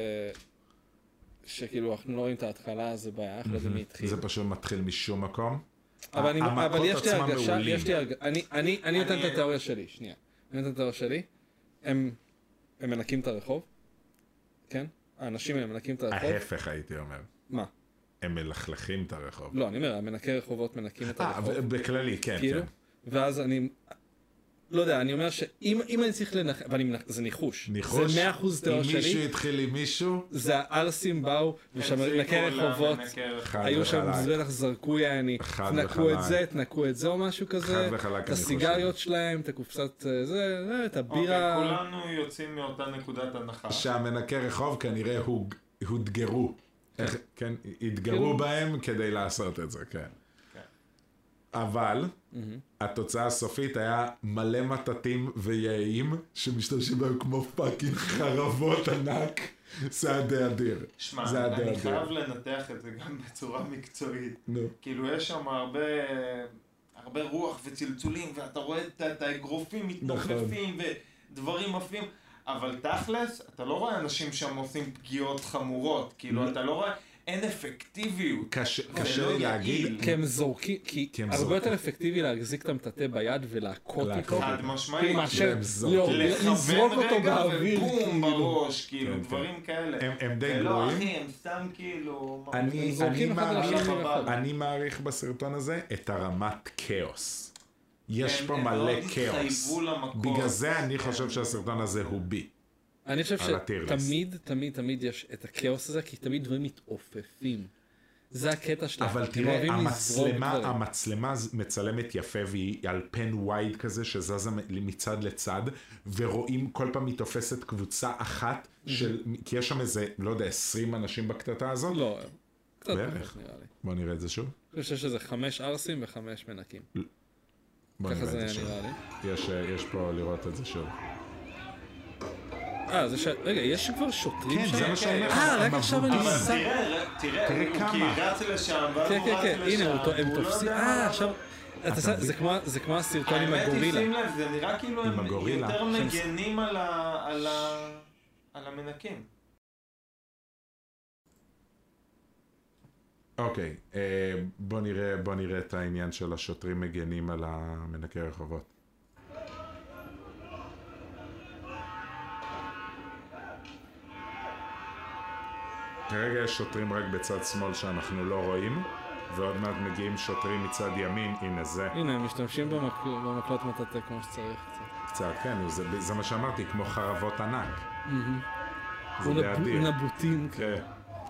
שכאילו אנחנו לא רואים את ההתחלה, זה בעיה, אחרי זה מי התחיל. זה פשוט מתחיל משום מקום. אבל יש לי הרגשה, אני נותן את התיאוריה שלי, שנייה. אני נותן את התיאוריה שלי, הם מנקים את הרחוב, כן? האנשים הם מנקים את הרחוב. ההפך הייתי אומר. מה? הם מלכלכים את הרחוב. לא, אני אומר, המנקי רחובות מנקים את הרחוב. בכללי, כן, כן. ואז לא יודע, אני אומר שאם אני צריך לנחש, זה ניחוש. זה 100% תיאור שלי. אם מישהו התחיל עם מישהו? זה הערסים באו, ושמנקי רחובות, היו שם בטח זרקו יעני, תנקו את זה, תנקו את זה או משהו כזה, את הסיגריות שלהם, את הקופסת זה, את הבירה. כולנו יוצאים מאותה נקודת הנחה. שהמנקי רחוב כנראה הודגרו. כן, התגרו בהם כדי לעשות את זה, כן. אבל התוצאה הסופית היה מלא מטטים ויעים שמשתמשים בהם כמו פאקינג חרבות ענק. זה היה די אדיר. שמע, אני חייב לנתח את זה גם בצורה מקצועית. כאילו יש שם הרבה רוח וצלצולים, ואתה רואה את האגרופים מתנופפים ודברים עפים, אבל תכלס, אתה לא רואה אנשים שם עושים פגיעות חמורות, כאילו אתה לא רואה... אין אפקטיביות. קשה לי להגיד. כי הם זורקים, כי הרבה יותר אפקטיבי להחזיק את המטאטא ביד ולהקוט איתו. חד משמעית. מאשר לזרוק אותו באוויר. ובום בראש, כאילו, דברים כאלה. הם די גרועים. ולא אחי, הם סתם כאילו... אני מעריך בסרטון הזה את הרמת כאוס. יש פה מלא כאוס. בגלל זה אני חושב שהסרטון הזה הוא בי. אני חושב שתמיד יש את הכאוס הזה, כי תמיד דברים מתעופפים. זה הקטע שלהם. אבל תראה, המצלמה מצלמת יפה, והיא על פן ווייד כזה, שזזה מצד לצד, ורואים כל פעם מתופסת קבוצה אחת, כי יש שם איזה, לא יודע, 20 אנשים בקטטה הזאת? לא, קצת פחות נראה לי. בוא נראה את זה שוב. אני חושב שזה 5 ערסים ו5 מנקים. בוא נראה את זה שוב. יש פה לראות את זה שוב. רגע, יש כבר שוטרים שם? כן, זה מה שאומר. רק עכשיו אני שם. תראה כמה. כי רץ לשם, כן, הנה, הם תופסים. עכשיו, זה כמו הסרטון עם הגורילה. שים לב, זה נראה כאילו הם יותר מגנים על המנקים. אוקיי, בוא נראה את העניין של השוטרים מגנים על המנקי רחובות. כרגע יש שוטרים רק בצד שמאל שאנחנו לא רואים, ועוד מעט מגיעים שוטרים מצד ימין, הנה זה. הנה, הם משתמשים במקלות מטאטא כמו שצריך קצת. קצת, כן, זה מה שאמרתי, כמו חרבות ענק. זה די אדיר. נבוטים. כן.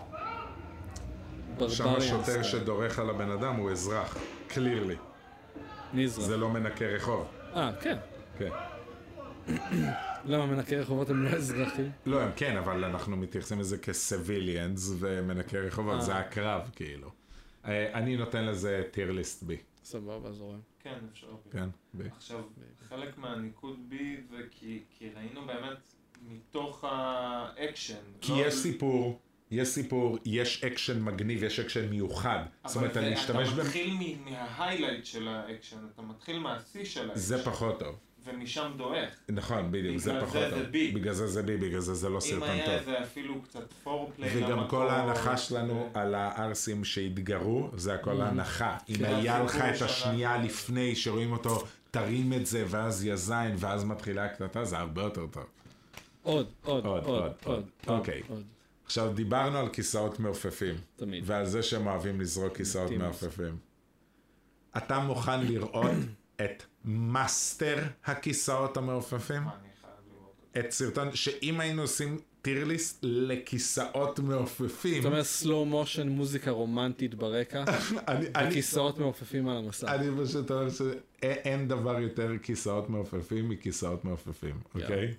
שם השוטר שדורך על הבן אדם הוא אזרח, קלירלי. מי אזרח? זה לא מנקי רחוב. כן. כן. למה מנקי רחובות הם לא אזרחים? לא, הם כן, אבל אנחנו מתייחסים לזה כסיביליאנס, ומנקי רחובות זה הקרב, כאילו. אני נותן לזה טיר ליסט בי. סבבה, זורם. כן, אפשר בי. כן, בי. עכשיו, חלק מהניקוד בי זה כי ראינו באמת מתוך האקשן. כי יש סיפור, יש אקשן מגניב, יש אקשן מיוחד. זאת אומרת, אני אשתמש אתה מתחיל מההיילייט של האקשן, אתה מתחיל מהשיא של האקשן. זה פחות טוב. ומשם דואך. נכון, בדיוק, זה פחות טוב. בגלל זה זה בי, בגלל זה לא סרטון טוב. אם היה זה אפילו קצת פורפליי וגם כל ההנחה שלנו על הארסים שהתגרו, זה הכל ההנחה. אם היה לך את השנייה לפני שרואים אותו, תרים את זה, ואז יזיין, ואז מתחילה הקטטה, זה הרבה יותר טוב. עוד. אוקיי. עכשיו דיברנו על כיסאות מעופפים. תמיד. ועל זה שהם אוהבים לזרוק כיסאות מעופפים. אתה מוכן לראות את מאסטר הכיסאות המעופפים? אני חייב לראות את סרטון שאם היינו עושים טירליסט לכיסאות מעופפים. זאת אומרת סלואו מושן, מוזיקה רומנטית ברקע, וכיסאות מעופפים על המסע. אני פשוט אומר שאין דבר יותר כיסאות מעופפים מכיסאות מעופפים, אוקיי?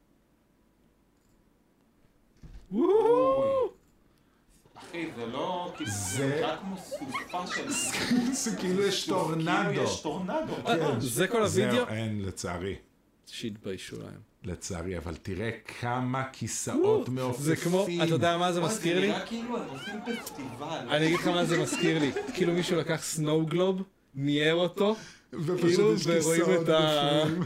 אחי, זה לא... זה רק כמו סופה של... זה כאילו יש טורנדו. כאילו יש טורנדו. זה כל הווידאו? זהו, אין, לצערי. שיתביישו להם. לצערי, אבל תראה כמה כיסאות מעופפים. זה כמו, אתה יודע מה זה מזכיר לי? זה נראה כאילו הם עושים פסטיבל. אני אגיד לך מה זה מזכיר לי. כאילו מישהו לקח סנואו גלוב, ניער אותו, ופשוט יש כיסאות בפנים.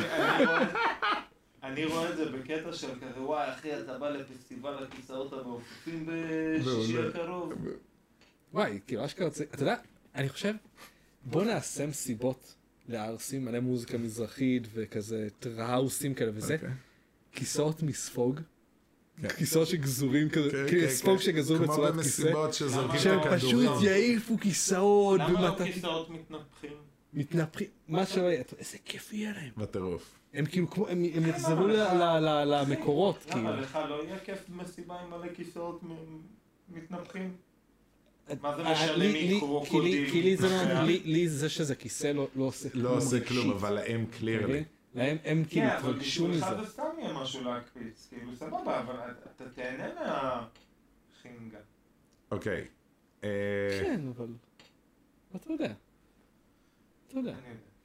אני רואה את זה בקטע של כזה, וואי אחי, אתה בא לפסטיבל הכיסאות המעופפים בשישי הקרוב. וואי, כאילו אשכרה, אתה יודע, אני חושב, בוא נעשה מסיבות לערסים, מלא מוזיקה מזרחית וכזה טראוסים כאלה וזה, כיסאות מספוג, כיסאות שגזורים כזה, ספוג שגזור בצורת כיסא, כמו במסיבות שזורקים את שהם הכדורים. פשוט יעיפו כיסאות. למה לא כיסאות מתנפחים? מתנפחים, מה שלא יהיה, איזה כיף יהיה להם. בטירוף. הם כאילו כמו, הם יחזרו למקורות, כאילו. אבל לך לא יהיה כיף במסיבה עם מלא כיסאות מתנפחים? מה זה משנה מקרוקודיל? כי לי זה שזה כיסא לא עושה כלום. לא עושה כלום, אבל הם קלירלי. הם כאילו כן, אבל התרגשו מזה. בשבילך זה סתם יהיה משהו להקפיץ, כאילו סבבה, אבל אתה תהנה מהחינגה. אוקיי. כן, אבל... אתה יודע. אני יודע.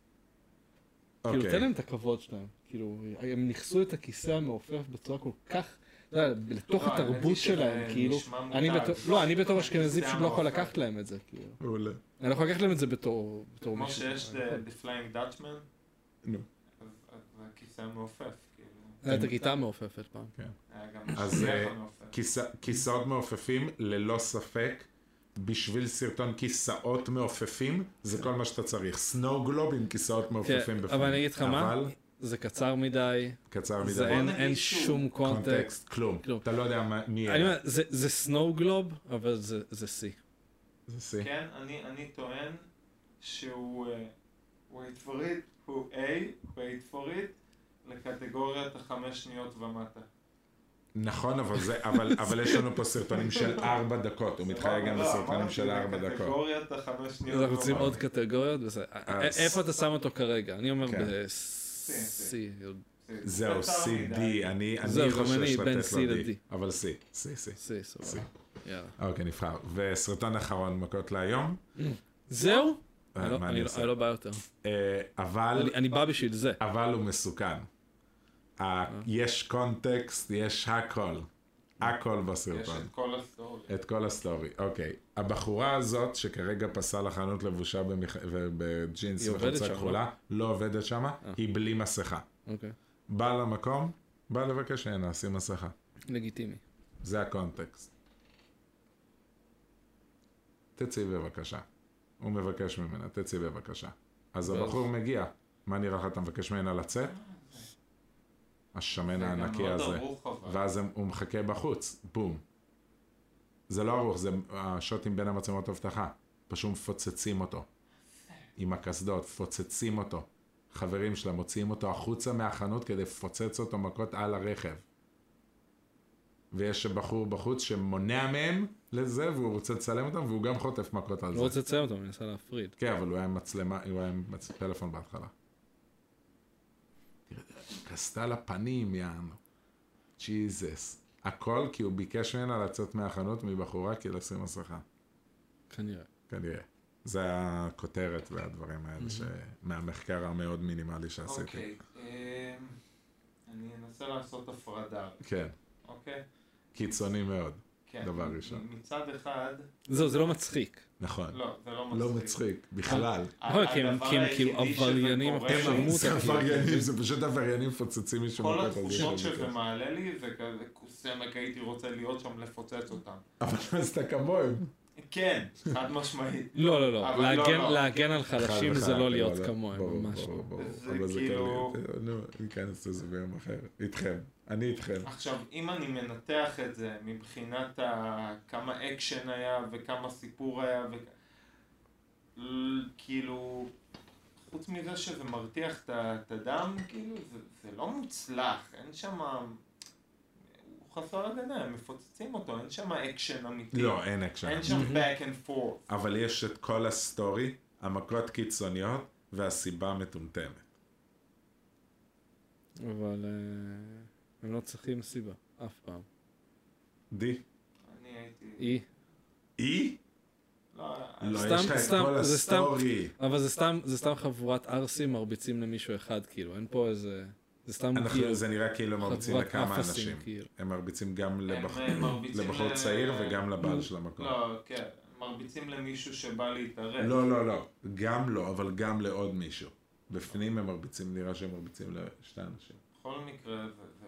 כאילו, תן להם את הכבוד שלהם. כאילו, הם נכסו את הכיסא המעופף בצורה כל כך... לתוך התרבות שלהם, כאילו... אני בתור אשכנזי פשוט לא יכול לקחת להם את זה, כאילו. מעולה. אני לא יכול לקחת להם את זה בתור... כמו שיש The Flying Dutchman, נו. אז הכיסא המעופף, כאילו. זה הייתה כיתה מעופפת פעם. היה גם אז שליח המעופף. כיסאות מעופפים, ללא ספק, בשביל סרטון כיסאות מעופפים, זה כל מה שאתה צריך. סנואו גלוב עם כיסאות מעופפים בפנים. אבל אני אגיד לך מה, זה קצר מדי. קצר מדי. אין שום קונטקסט. כלום. אתה לא יודע מי... אני אומר, זה סנואו גלוב, אבל זה C. זה C. כן, אני טוען שהוא, wait for it, הוא A, wait for it, לקטגוריית 5 שניות ומטה. נכון, אבל יש לנו פה סרטונים של 4 דקות, הוא מתחייב גם בסרטונים של 4 דקות. קטגוריית 5 שניות אנחנו רוצים עוד קטגוריות? איפה אתה שם אותו כרגע? אני אומר ב-C. זהו, C, D, אני חושש לתת לו D, אבל C. C, סבבה. יאללה. אוקיי, נבחר. וסרטון אחרון, מכות להיום. זהו? אני לא בא יותר. אבל... אני בא בשביל זה. אבל הוא מסוכן. יש קונטקסט, יש הכל. הכל בסרטון. יש את כל הסטורי. את כל הסטורי, אוקיי. הבחורה הזאת, שכרגע פסה לחנות לבושה בג'ינס וחולצה כחולה, לא עובדת שמה, היא בלי מסכה. אוקיי. בא למקום, בא לבקש ממנה, שים מסכה. לגיטימי. זה הקונטקסט. תצאי בבקשה. הוא מבקש ממנה, תצאי בבקשה. אז הבחור מגיע. מה נראה לך, אתה מבקש ממנה לצאת? השמן הענקי הזה. ואז הוא מחכה בחוץ. בום. זה לא ארוך, זה השוטים בין המצלמות הבטחה. פשוט מפוצצים אותו. עם הקסדות, פוצצים אותו. חברים שלה מוציאים אותו החוצה מהחנות כדי לפוצץ אותו מכות על הרכב. ויש בחור בחוץ שמונע מהם לזה, והוא רוצה לצלם אותם, והוא גם חוטף מכות על זה. הוא רוצה לצלם אותם, אני מנסה להפריד. כן, אבל הוא היה עם מצלמה, הוא היה עם טלפון בהתחלה. כסתה לפנים, יענו. ג'יזס. הכל כי הוא ביקש ממנה לצאת מהחנות מבחורה כי לשים מסכה. כנראה. זה הכותרת והדברים האלה מהמחקר המאוד מינימלי שעשיתי. אוקיי. אני אנסה לעשות הפרדה. כן. אוקיי? קיצוני מאוד. כן. דבר ראשון. מצד אחד... זה לא מצחיק. נכון. לא, זה לא מצחיק. לא מצחיק, בכלל. כי הם כאילו עבריינים, זה עבריינים, זה פשוט עבריינים פוצצים מישהו. כל התחושות שזה מעלה לי, וכזה סמק הייתי רוצה להיות שם לפוצץ אותם. אבל אז אתה כמוהם. כן, חד משמעית. לא. להגן על חלשים זה לא להיות כמוהם, ממש לא. אבל זה כאילו... נו, ניכנס לזה ביום אחר. איתכם. אני איתכם. עכשיו, אם אני מנתח את זה מבחינת כמה אקשן היה וכמה סיפור היה, כאילו, חוץ מזה שזה מרתיח את הדם, כאילו, זה לא מוצלח, אין שם... הוא חסר הגנה, הם מפוצצים אותו, אין שם אקשן אמיתי. לא, אין אקשן. אין שם back and forth. אבל יש את כל הסטורי, המכות קיצוניות, והסיבה מטומטמת. אבל הם לא צריכים סיבה, אף פעם. די. אני הייתי... אי? לא, יש לך את כל הסטורי. אבל זה סתם חבורת ארסים מרביצים למישהו אחד, כאילו, אין פה איזה... זה סתם כאילו... זה נראה כאילו מרביצים לכמה אנשים. הם מרביצים גם לבחור צעיר וגם לבעל של המקום. לא, כן. מרביצים למישהו שבא להתערב. לא. גם לא, אבל גם לעוד מישהו. בפנים הם מרביצים, נראה שהם מרביצים לשתי אנשים. בכל מקרה,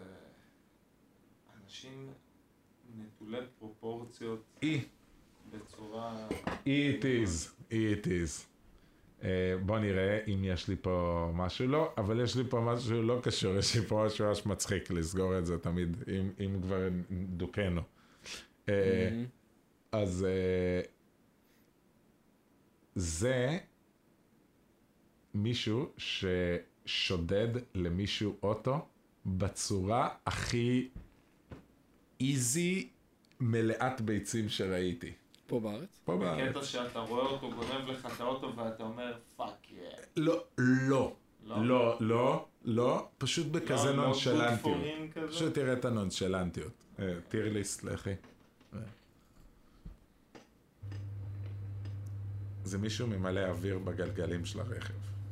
אנשים נטולי פרופורציות בצורה... it is. בוא נראה אם יש לי פה משהו, לא, אבל יש לי פה משהו לא קשור, יש לי פה משהו ממש מצחיק לסגור את זה תמיד, אם כבר דוקנו. אז זה מישהו ששודד למישהו אוטו בצורה הכי איזי מלאת ביצים שראיתי. פה בארץ? פה בארץ. בקטע שאתה רואה אותו, גונב לך את האוטו ואתה אומר, פאק יא. לא, פשוט בכזה נונשלנטיות. כזה? פשוט תראה את הנונשלנטיות. טירליסט, לכי. זה מישהו ממלא אוויר בגלגלים של הרכב.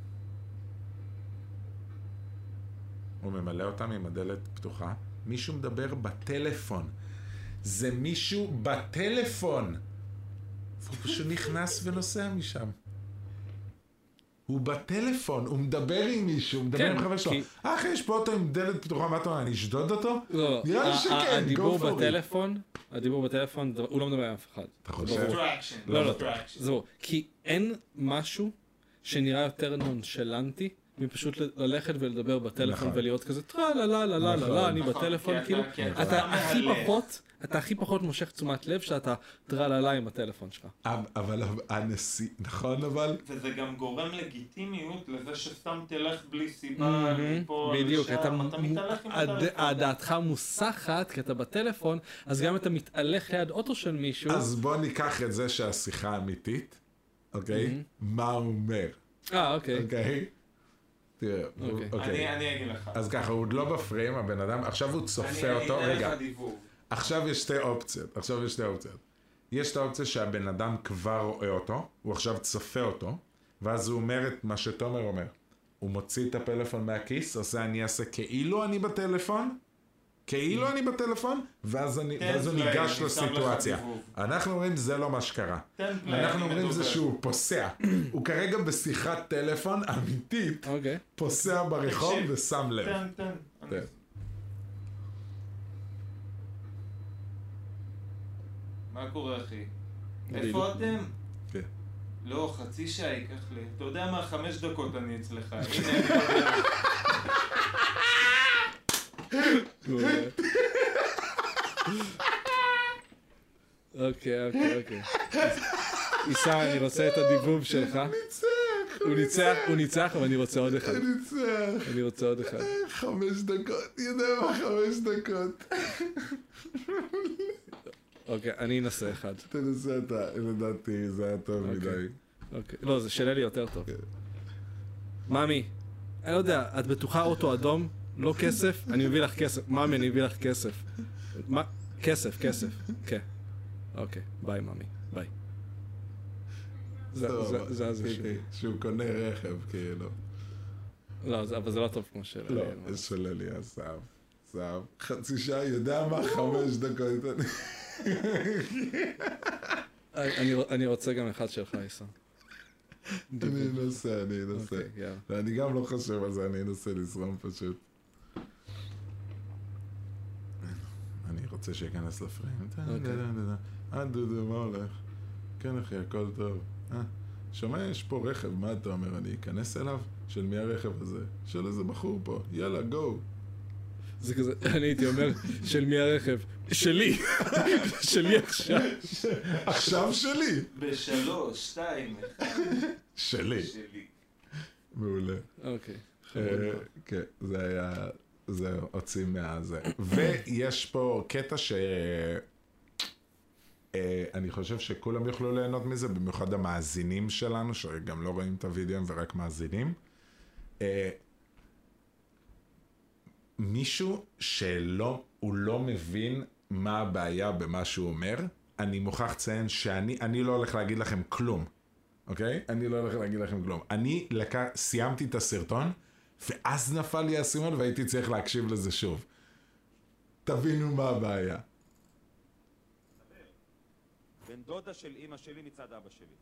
הוא ממלא אותם עם הדלת פתוחה. מישהו מדבר בטלפון. זה מישהו בטלפון. הוא פשוט נכנס ונוסע משם. הוא בטלפון, הוא מדבר עם מישהו, הוא מדבר עם חבר שלו. אחי, יש פה אוטו עם דלת פתוחה, מה אתה אומר, אני אשדוד אותו? לא, נראה לי שכן, הדיבור בטלפון, הוא לא מדבר עם אף אחד. אתה חושב? לא, זהו, כי אין משהו שנראה יותר נונשלנטי מפשוט ללכת ולדבר בטלפון ולהיות כזה טרה, אני בטלפון, כאילו, אתה הכי פחות מושך תשומת לב שאתה טרה עם הטלפון שלך. אבל הנשיא, נכון אבל? וזה גם גורם לגיטימיות לזה שסתם תלך בלי סיבה, בדיוק, אתה מתהלך עם הטלפון. דעתך מוסחת כי אתה בטלפון, אז גם אתה מתהלך ליד אוטו של מישהו. אז בוא ניקח את זה שהשיחה אמיתית, אוקיי? מה הוא אומר? אוקיי. אוקיי? תראה, אוקיי. אני אגיד לך. אז ככה, הוא עוד לא בפריים, הבן אדם, עכשיו הוא צופה אותו, רגע. עכשיו יש שתי אופציות, יש את האופציה שהבן אדם כבר רואה אותו, הוא עכשיו צופה אותו, ואז הוא אומר את מה שתומר אומר. הוא מוציא את הפלאפון מהכיס, עושה אני אעשה כאילו אני בטלפון, ואז הוא ניגש לסיטואציה. אנחנו אומרים זה לא מה שקרה. אנחנו אומרים זה שהוא פוסע. הוא כרגע בשיחת טלפון אמיתית, פוסע ברחוב ושם לב. תן. מה קורה אחי? איפה אתם? כן. לא, חצי שעה ייקח לי. אתה יודע מה, 5 דקות אני אצלך. הנה אני בדרך. אוקיי. עיסה, אני רוצה את הדיבוב שלך. הוא ניצח, אבל אני רוצה עוד אחד. אני רוצה עוד אחד. 5 דקות, יודע מה 5 דקות. אוקיי, אני אנסה אחד. תנסה אתה, לדעתי, זה היה טוב מדי. אוקיי, לא, זה שלה לי יותר טוב. ממי, אני לא יודע, את בטוחה אוטו אדום? לא כסף? אני מביא לך כסף. ממי, אני מביא לך כסף. מה? כסף. כן. אוקיי, ביי ממי, ביי. זה שלי. שהוא קונה רכב, כאילו. לא, אבל זה לא טוב כמו שלה. לא, שלה לי, סעב. חצי שעה, יודע מה? 5 דקות. אני רוצה גם אחד שלך, עיסה. אני אנסה. אני גם לא חושב על זה, אני אנסה לזרום פשוט. אני רוצה שיכנס לפריים. דודו, מה הולך? כן אחי, הכל טוב. שומע, יש פה רכב, מה אתה אומר? אני אכנס אליו? של מי הרכב הזה? של איזה בחור פה. יאללה, גו. זה כזה, אני הייתי אומר, של מי הרכב? שלי! שלי עכשיו. עכשיו שלי! 3, 2, 1. שלי. מעולה. אוקיי. כן, זה היה, זה הוציא מהזה. ויש פה קטע אני חושב שכולם יוכלו ליהנות מזה, במיוחד המאזינים שלנו, שגם לא רואים את הוידאוים ורק מאזינים. מישהו הוא לא מבין מה הבעיה במה שהוא אומר, אני מוכרח לציין שאני לא הולך להגיד לכם כלום, אוקיי? אני לא הולך להגיד לכם כלום. אני סיימתי את הסרטון, ואז נפל לי הסימון והייתי צריך להקשיב לזה שוב. תבינו מה הבעיה. בן דודה של אמא שלי מצד אבא שלי.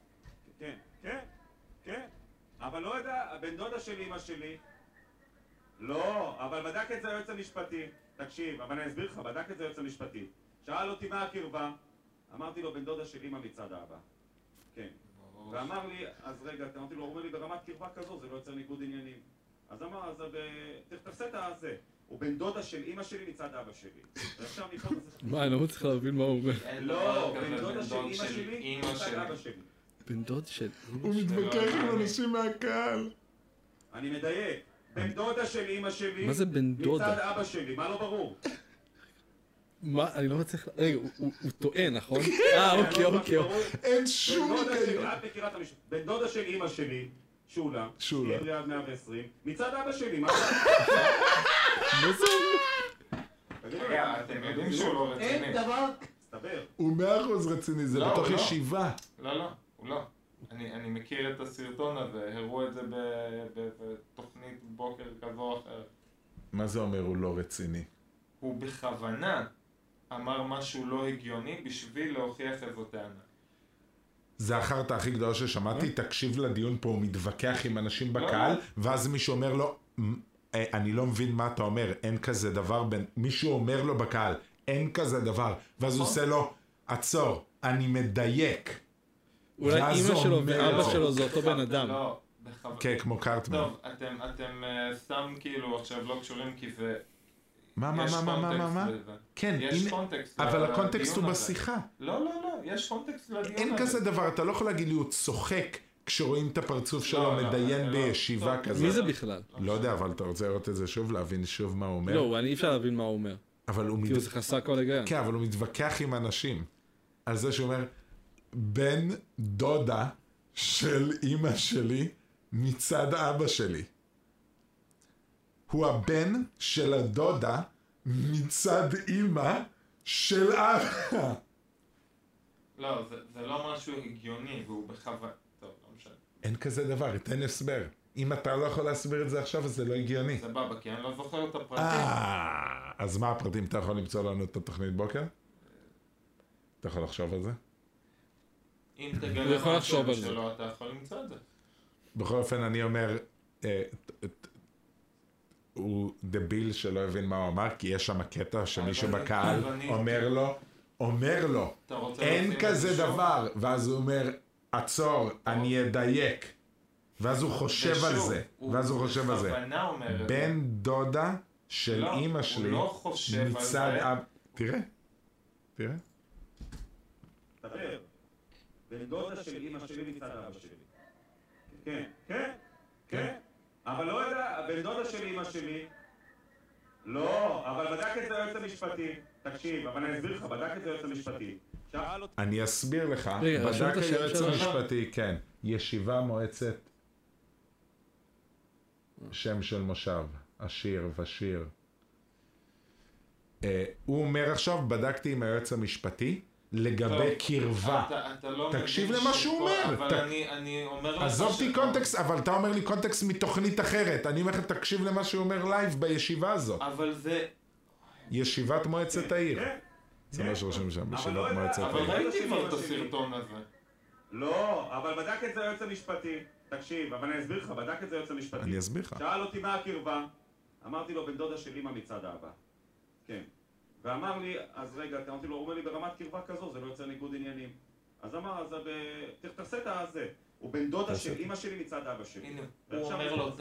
כן. אבל לא יודע, בן דודה של אמא שלי... לא, אבל בדק את זה היועץ המשפטי. תקשיב, אבל אני אסביר לך, בדק את זה היועץ המשפטי. שאל אותי מה הקרבה, אמרתי לו בן דודה של אמא מצד אבא. כן. ואמר לי, אז רגע, אמרתי לו, הוא אומר לי ברמת קרבה כזו, זה לא יוצר ניגוד עניינים. אז אמר, אז תפסה את הזה. הוא בן דודה של אמא שלי מצד אבא שלי. ועכשיו נפות את זה. מה, אני לא צריך להבין מה הוא אומר. לא, בן דודה של אמא שלי מצד אבא שלי. בן דוד של... הוא מתווכח עם אנשים מהקהל. אני מדייק. בן דודה של אמא שלי, מה זה בן דודה? מצד אבא שלי, מה לא ברור? מה? אני לא מצליח... רגע, הוא טוען, נכון? אוקיי. אין שום היגיון. את מכירה את המשפט. בן דודה של אמא שלי, שולה. שולה. היא ליד 120. מצד אבא שלי, מה? מה זה? רגע, אתם יודעים שהוא לא רציני. אין דבר... תסתבר. הוא 100% רציני, זה לא, בתוך לא. ישיבה. לא, הוא לא. אני מכיר את הסרטון הזה, הראו את זה בתוכנית בוקר כזו או אחרת. מה זה אומר הוא לא רציני? הוא בכוונה אמר משהו לא הגיוני בשביל להוכיח איזו טענה. זה החרטא הכי גדולה ששמעתי, תקשיב לדיון פה, הוא מתווכח עם אנשים בקהל, ואז מישהו אומר לו, אני לא מבין מה אתה אומר, אין כזה דבר, מישהו אומר לו בקהל, אין כזה דבר, ואז הוא עושה לו, עצור, אני מדייק. אולי אמא שלו ואבא שלו זה אותו בן אדם. לא, כן, כמו קארטמן. טוב, אתם סתם כאילו עכשיו לא קשורים כי זה... מה? כן, יש קונטקסט. אבל הקונטקסט הוא בשיחה. לא, יש קונטקסט לדיון הזה. אין כזה דבר, אתה לא יכול להגיד לי, הוא צוחק כשרואים את הפרצוף שלו מדיין בישיבה כזה. מי זה בכלל? לא יודע, אבל אתה רוצה לראות את זה שוב, להבין שוב מה הוא אומר? לא, אי אפשר להבין מה הוא אומר. כאילו זה חסר כל היגיון. כן, אבל הוא מתווכח עם אנשים. על זה שהוא אומר, בן דודה של אמא שלי מצד אבא שלי. הוא הבן של הדודה מצד אמא של אבא. לא, זה לא משהו הגיוני, והוא בכוונה. טוב, לא משנה. אין כזה דבר, תן הסבר. אם אתה לא יכול להסביר את זה עכשיו, אז זה לא הגיוני. סבבה, כי אני לא זוכר את הפרטים. אז מה הפרטים? אתה יכול למצוא לנו את התוכנית בוקר? אתה יכול לחשוב על זה? אם הוא תגלה יכול לחשוב על משהו זה. שלא, אתה יכול למצוא את זה. בכל אופן, אני אומר, הוא דביל שלא הבין מה הוא אמר, כי יש שם קטע שמישהו בקהל אומר לו, אתה רוצה אין לשים כזה את זה שוב? דבר, ואז הוא אומר, עצור, אני אדייק. ואז הוא חושב על זה, בכוונה אומר את זה. בן דודה של לא, אמא הוא שלי לא חושב על מצד זה. תראה. תסתבר. בן דודה של אמא שלי מצד אבא שלי. כן. אבל לא יודע, בן דודה של אמא שלי... לא, אבל בדק את זה היועץ המשפטי. תקשיב, אבל אני אסביר לך, בדק את זה היועץ המשפטי. שאל אותי... אני אסביר לך, רגע, רשום בדק את השם היועץ שלו? המשפטי, כן, ישיבה מועצת שם של מושב, עשיר ושיר. הוא אומר עכשיו, בדקתי עם היועץ המשפטי לגבי קרבה. אתה לא תקשיב מבין למה שהוא אומר. אבל אני אומר לך... עזוב אותי קונטקסט, אבל אתה אומר לי קונטקסט מתוכנית אחרת. אני אומר לך, תקשיב למה שהוא אומר לייב בישיבה הזאת. אבל זה... ישיבת מועצת העיר. זה מה שרושם שם, ישיבת מועצת אבל העיר. ראיתי כבר את הסרטון הזה. לא, אבל בדק את זה היועץ המשפטי. תקשיב, אבל אני אסביר לך, בדק את זה היועץ המשפטי. אני אסביר לך. שאל אותי מה הקרבה. אמרתי לו, בן דודה של אמא מצד אבא. כן. ואמר לי, אז רגע, אמרתי לו, הוא אומר לי, ברמת קרבה כזו, זה לא יוצר ניגוד עניינים. אז אמר, אז תעשה את הזה. הוא בן דודה של אמא שלי מצד אבא שלי. הנה, הוא אומר לו,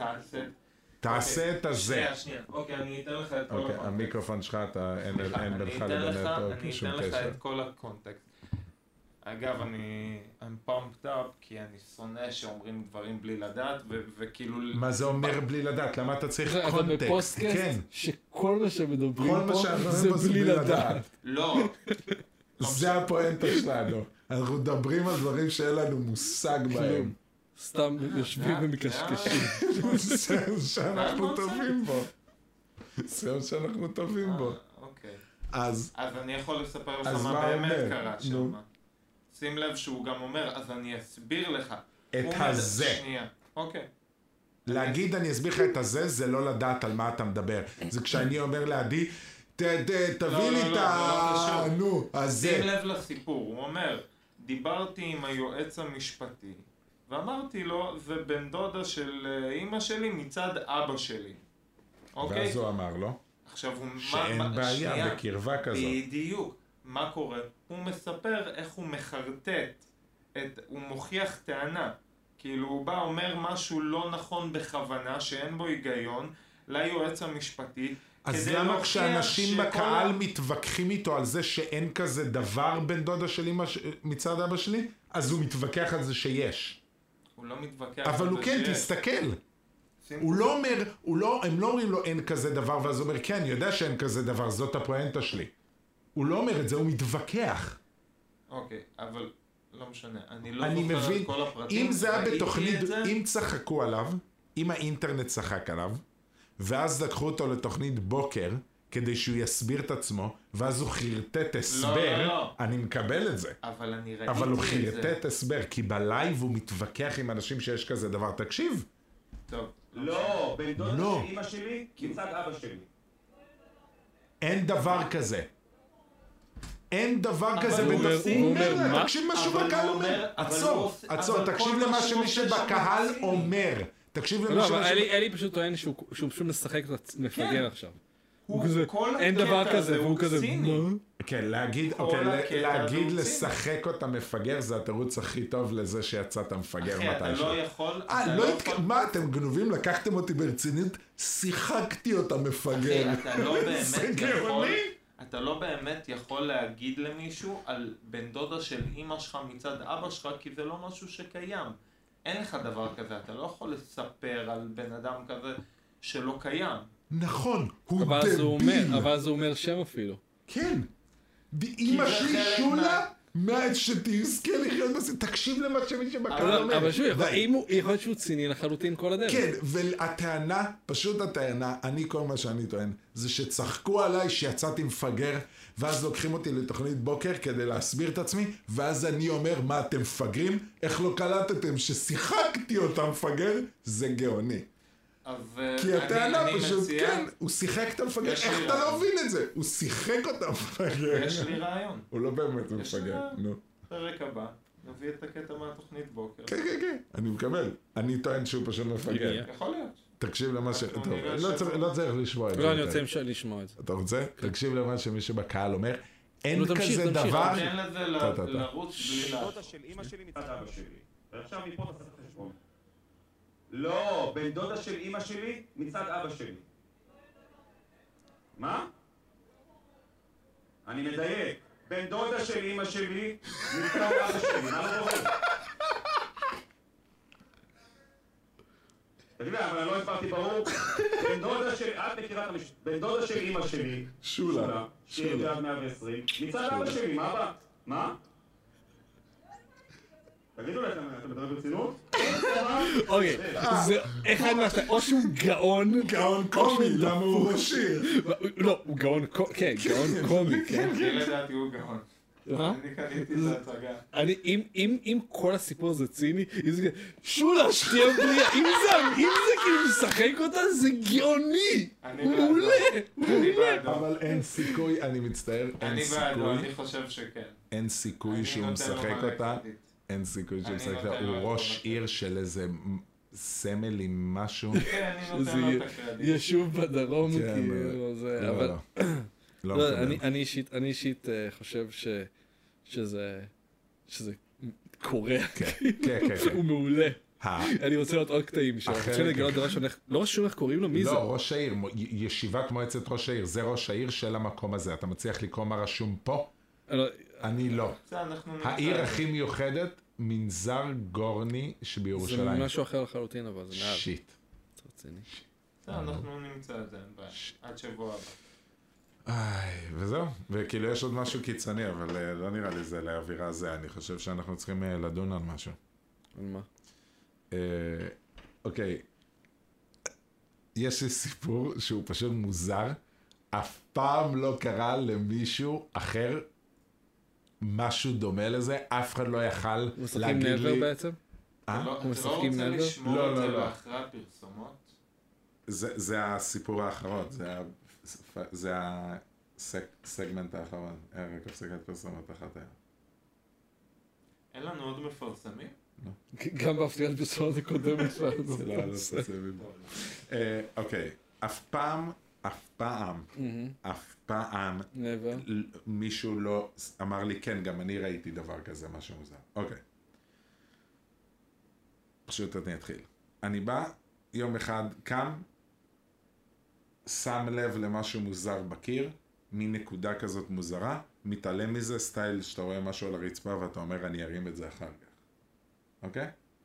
תעשה את הזה. שנייה. אוקיי, אני אתן לך את כל הקונטקסט. המיקרופון שלך, אין בינך לבין שום אני אתן לך קשר. את כל הקונטקסט. אגב, I'm pumped up, כי אני שונא שאומרים דברים בלי לדעת, וכאילו... מה זה אומר בלי לדעת? למה אתה צריך אתה קונטקסט? בפוסטקאסט כן. שכל מה שמדברים כל מה פה שאנחנו זה אומרים בלי לדעת. לא, זה הפואנטה שלנו. אנחנו מדברים על דברים שאין לנו מושג בהם. סתם יושבים ומקשקשים. זה שאנחנו טובים בו. זה שאנחנו טובים בו. אוקיי. אז אני יכול לספר לך אז מה מה באמת אומר? קרה נו. שם. שים לב שהוא גם אומר, אז אני אסביר לך. את הוא הזה. שנייה, אוקיי. להגיד אני אסביר לך את הזה, זה לא לדעת על מה אתה מדבר. זה כשאני אומר לעדי, תביא לי את ה... נו, אז שים זה. לב לסיפור, הוא אומר, דיברתי עם היועץ המשפטי, ואמרתי לו, זה בן דודה של אמא שלי מצד אבא שלי. אוקיי? ואז הוא אמר לו, עכשיו הוא... שאין בעיה בקרבה כזאת. בדיוק. מה קורה? הוא מספר איך הוא מחרטט, הוא מוכיח טענה. כאילו הוא בא אומר משהו לא נכון בכוונה, שאין בו היגיון, ליועץ המשפטי, אז למה כשאנשים בקהל מתווכחים איתו על זה שאין כזה דבר בן דודה שלי מצד אבא שלי, אז הוא מתווכח על זה שיש. הוא לא מתווכח על זה שיש. אבל הוא כן, תסתכל. הוא לא אומר, הם לא אומרים לו אין כזה דבר, ואז הוא אומר, כן, אני יודע שאין כזה דבר, זאת הפואנטה שלי. הוא לא אומר את זה, הוא מתווכח. אוקיי, אבל לא משנה. אני לא זוכר את כל הפרטים. אם זה היה בתוכנית, אם צחקו עליו, אם האינטרנט צחק עליו, ואז לקחו אותו לתוכנית בוקר, כדי שהוא יסביר את עצמו, ואז הוא חרטט הסבר, לא. אני מקבל את זה. אבל אני ראיתי את זה. אבל הוא חרטט הסבר, כי בלייב הוא מתווכח עם אנשים שיש כזה דבר. תקשיב. טוב. לא, בן דודה של אמא שלי, מצד אבא שלי. אין דבר כזה. אין דבר כזה הוא אומר מה? תקשיב מה שבקהל אומר. עצור, תקשיב למה שמי שבקהל אומר. תקשיב למה אבל אלי פשוט טוען שהוא פשוט משחק מפגר עכשיו. הוא כזה, אין דבר כזה, והוא כזה, מה? כן, להגיד לשחק אותה מפגר זה התירוץ הכי טוב לזה שיצאת מפגר מתישהו. אחי, אתה לא יכול... מה, אתם גנובים? לקחתם אותי ברצינית? שיחקתי אותה מפגר. אתה לא באמת יכול להגיד למישהו על בן דודה של אמא שלך מצד אבא שלך, כי זה לא משהו שקיים. אין לך דבר כזה, אתה לא יכול לספר על בן אדם כזה שלא קיים. נכון, הוא דביל. אבל אז הוא אומר שם אפילו. כן. אמא שלי שולה, שתזכה לחיות בסדר. תקשיב למה שמי שבקהל אומר. אבל שוב, יכול להיות שהוא ציני לחלוטין כל הדרך. כן, והטענה, פשוט הטענה, כל מה שאני טוען, זה שצחקו עליי שיצאתי מפגר, ואז לוקחים אותי לתוכנית בוקר כדי להסביר את עצמי, ואז אני אומר, מה אתם מפגרים? איך לא קלטתם ששיחקתי אותם מפגר? זה גאוני. כי הטענה פשוט, כן, הוא שיחק את המפגר, איך אתה לא מבין את זה? הוא שיחק אותה מפגר. יש לי רעיון. הוא לא באמת מפגר, נו. פרק הבא, נביא את הקטע מהתוכנית בוקר. כן, כן, כן, אני מקבל. אני טוען שהוא פשוט מפגר. יכול להיות. תקשיב למה ש... טוב, לא צריך לשמוע את זה. לא, אני רוצה לשמוע את זה. אתה רוצה? תקשיב למה שמי שבקהל אומר, אין כזה דבר... תן לזה לרוץ בלי לה. דודה של אמא שלי מצד אבא שלי. ועכשיו מפה תעשה חשבון. לא, בן דודה של אמא שלי מצד אבא שלי. מה? אני מדייק. בן דודה של אמא שלי מצד אבא שלי. מה לא רואה? תגיד לה, אבל אני לא הסברתי ברור. בן דודה של... את מכירה את המשפט. בן דודה של אמא שלי. שולה. שהיא ביד 120. מצד אבא שלי, מה הבא? מה? תגידו לכם, אתם מדברים ברצינות? אוקיי, זה אחד מהשתיים, או שהוא גאון קומי, למה הוא ראש עיר? לא, הוא גאון, כן, גאון קומי, כן. אני לדעתי הוא גאון. אני קניתי את ההצגה. אם כל הסיפור הזה ציני, שולה, שתהיה בריאה, אם זה כאילו משחק אותה, זה גאוני, הוא מעולה. אבל אין סיכוי, אני מצטער, אין סיכוי. אני בעדו, אני חושב שכן. אין סיכוי שהוא משחק אותה. אין סיכוי שהוא משחק אותה. הוא ראש עיר של איזה סמל עם משהו. כן, אני נותן לו את הקרדיט. ישוב בדרום, כאילו, זה, אבל... לא, אני אישית חושב שזה קורע. כן. הוא מעולה. אני רוצה לראות עוד קטעים שלו. אני רוצה לגלות דבר שאני לא רשום איך קוראים לו, מי זה? לא, ראש העיר, ישיבת מועצת ראש העיר, זה ראש העיר של המקום הזה. אתה מצליח לקרוא מה רשום פה? אני לא. העיר הכי מיוחדת, מנזר גורני שבירושלים. זה משהו אחר לחלוטין, אבל זה מעל. שיט. אנחנו נמצא את זה, עד שבוע הבא. וזהו, וכאילו יש עוד משהו קיצוני, אבל לא נראה לי זה לאווירה הזה, אני חושב שאנחנו צריכים לדון על משהו. על מה? אוקיי, יש לי סיפור שהוא פשוט מוזר, אף פעם לא קרה למישהו אחר משהו דומה לזה, אף אחד לא יכל להגיד לי... משחקים נבר בעצם? אתה לא רוצה לשמור את זה לאחרי הפרסומות? זה הסיפור האחרון, זה הסגמנט האחרון, רק הפסקת פרסומות אחת היה. אין לנו עוד מפרסמים? לא. גם בהפתיעת פרסומות הקודמת שלנו. זה לא מפרסמים. אוקיי, אף פעם מישהו לא אמר לי, כן, גם אני ראיתי דבר כזה, משהו מוזר. אוקיי. פשוט אני אתחיל. אני בא, יום אחד קם, שם לב למשהו מוזר בקיר, מנקודה כזאת מוזרה, מתעלם מזה, סטייל שאתה רואה משהו על הרצפה ואתה אומר אני ארים את זה אחר כך. אוקיי?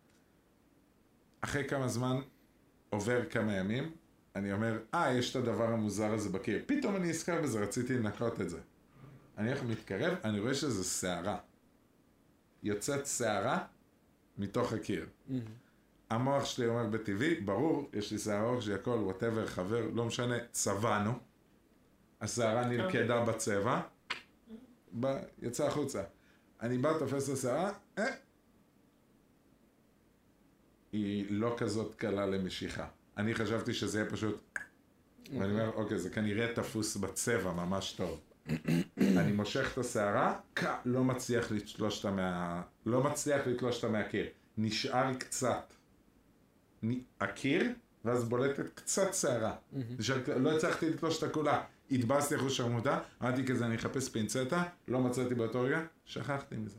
אחרי כמה זמן, עובר כמה ימים, אני אומר, יש את הדבר המוזר הזה בקיר. פתאום אני אזכר בזה, רציתי לנקות את זה. אני הולך מתקרב, אני רואה שזה שערה. יוצאת שערה מתוך הקיר. המוח שלי אומר בטבעי, ברור, יש לי שערה אורך שלי הכל, whatever, חבר, לא משנה, צבענו. השערה נלכדה בצבע, יצא החוצה. אני בא, תופס את השערה, היא לא כזאת קלה למשיכה. אני חשבתי שזה יהיה פשוט, ואני אומר, אוקיי, זה כנראה תפוס בצבע ממש טוב. אני מושך את השערה, לא מצליח לתלוש אותה מהקיר. נשאר קצת הקיר, ואז בולטת קצת שערה. לא הצלחתי לתלוש את הכולה. התבאסתי אחוז שרמוטה, אמרתי כזה, אני אחפש פינצטה, לא מצאתי באותו רגע, שכחתי מזה.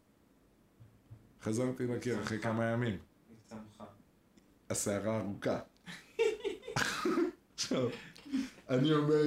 חזרתי לקיר אחרי כמה ימים. השערה ארוכה. עכשיו, אני אומר,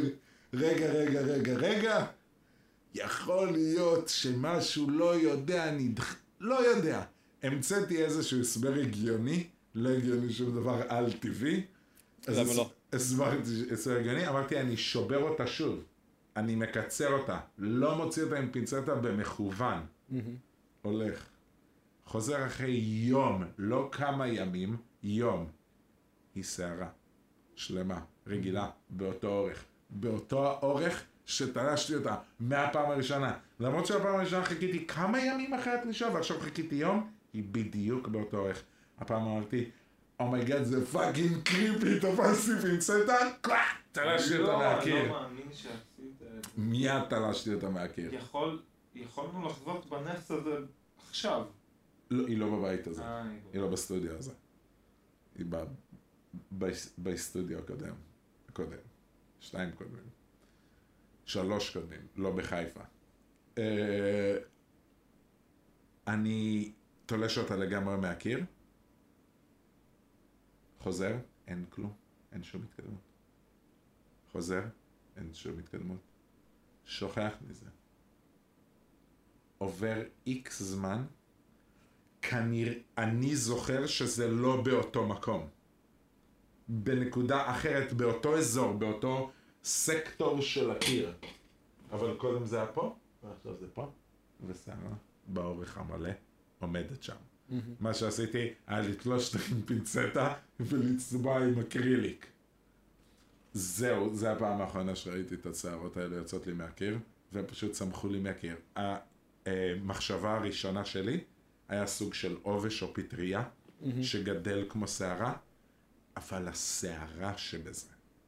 רגע, יכול להיות שמשהו לא יודע, המצאתי איזשהו הסבר הגיוני, לא הגיוני שום דבר על טבעי. למה לא? הסברתי הסבר הגיוני, אמרתי, אני שובר אותה שוב, אני מקצר אותה, לא מוציא אותה עם פינצטה במכוון. הולך. חוזר אחרי יום, לא כמה ימים, יום. היא שערה. שלמה, רגילה, באותו האורך שתלשתי אותה מהפעם הראשונה. למרות שהפעם הראשונה חיכיתי כמה ימים אחרי התלישה, ועכשיו חיכיתי יום, היא בדיוק באותו אורך. הפעם אמרתי, אומייגאד, זה פאקינג קריפי, תפסתי פינצטה, תלשתי אותה מהקיר. לא מאמין שעשית את זה. מיד תלשתי אותה מהקיר. יכולנו לחזות בנס הזה עכשיו. לא, היא לא בבית הזה. היא לא בסטודיו הזה. היא בסטודיו קודם. 2 קודמים. 3 קודמים, לא בחיפה. אני תולש אותה לגמרי מהקיר. חוזר, אין כלום. אין שום התקדמות. חוזר, אין שום התקדמות. שוכח מזה. עובר איקס זמן, אני זוכר שזה לא באותו מקום. בנקודה אחרת, באותו אזור, באותו סקטור של הקיר. אבל קודם זה היה פה, ועכשיו זה פה, ושערה באורך המלא עומדת שם. מה שעשיתי היה לתלוש עם פינצטה ולצבוע עם אקריליק. זהו, זה הפעם האחרונה שראיתי את השערות האלה יוצאות לי מהקיר, והם פשוט צמחו לי מהקיר. המחשבה הראשונה שלי היה סוג של עובש או פטריה, שגדל כמו שערה, אבל השערה שבזה.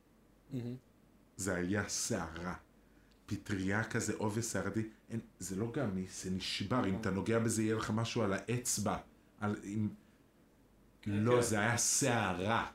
זה היה שערה. פטריה כזה, עובש שערתי, זה לא גמי, זה נשבר, אם אתה נוגע בזה יהיה לך משהו על האצבע. לא, זה היה שערה.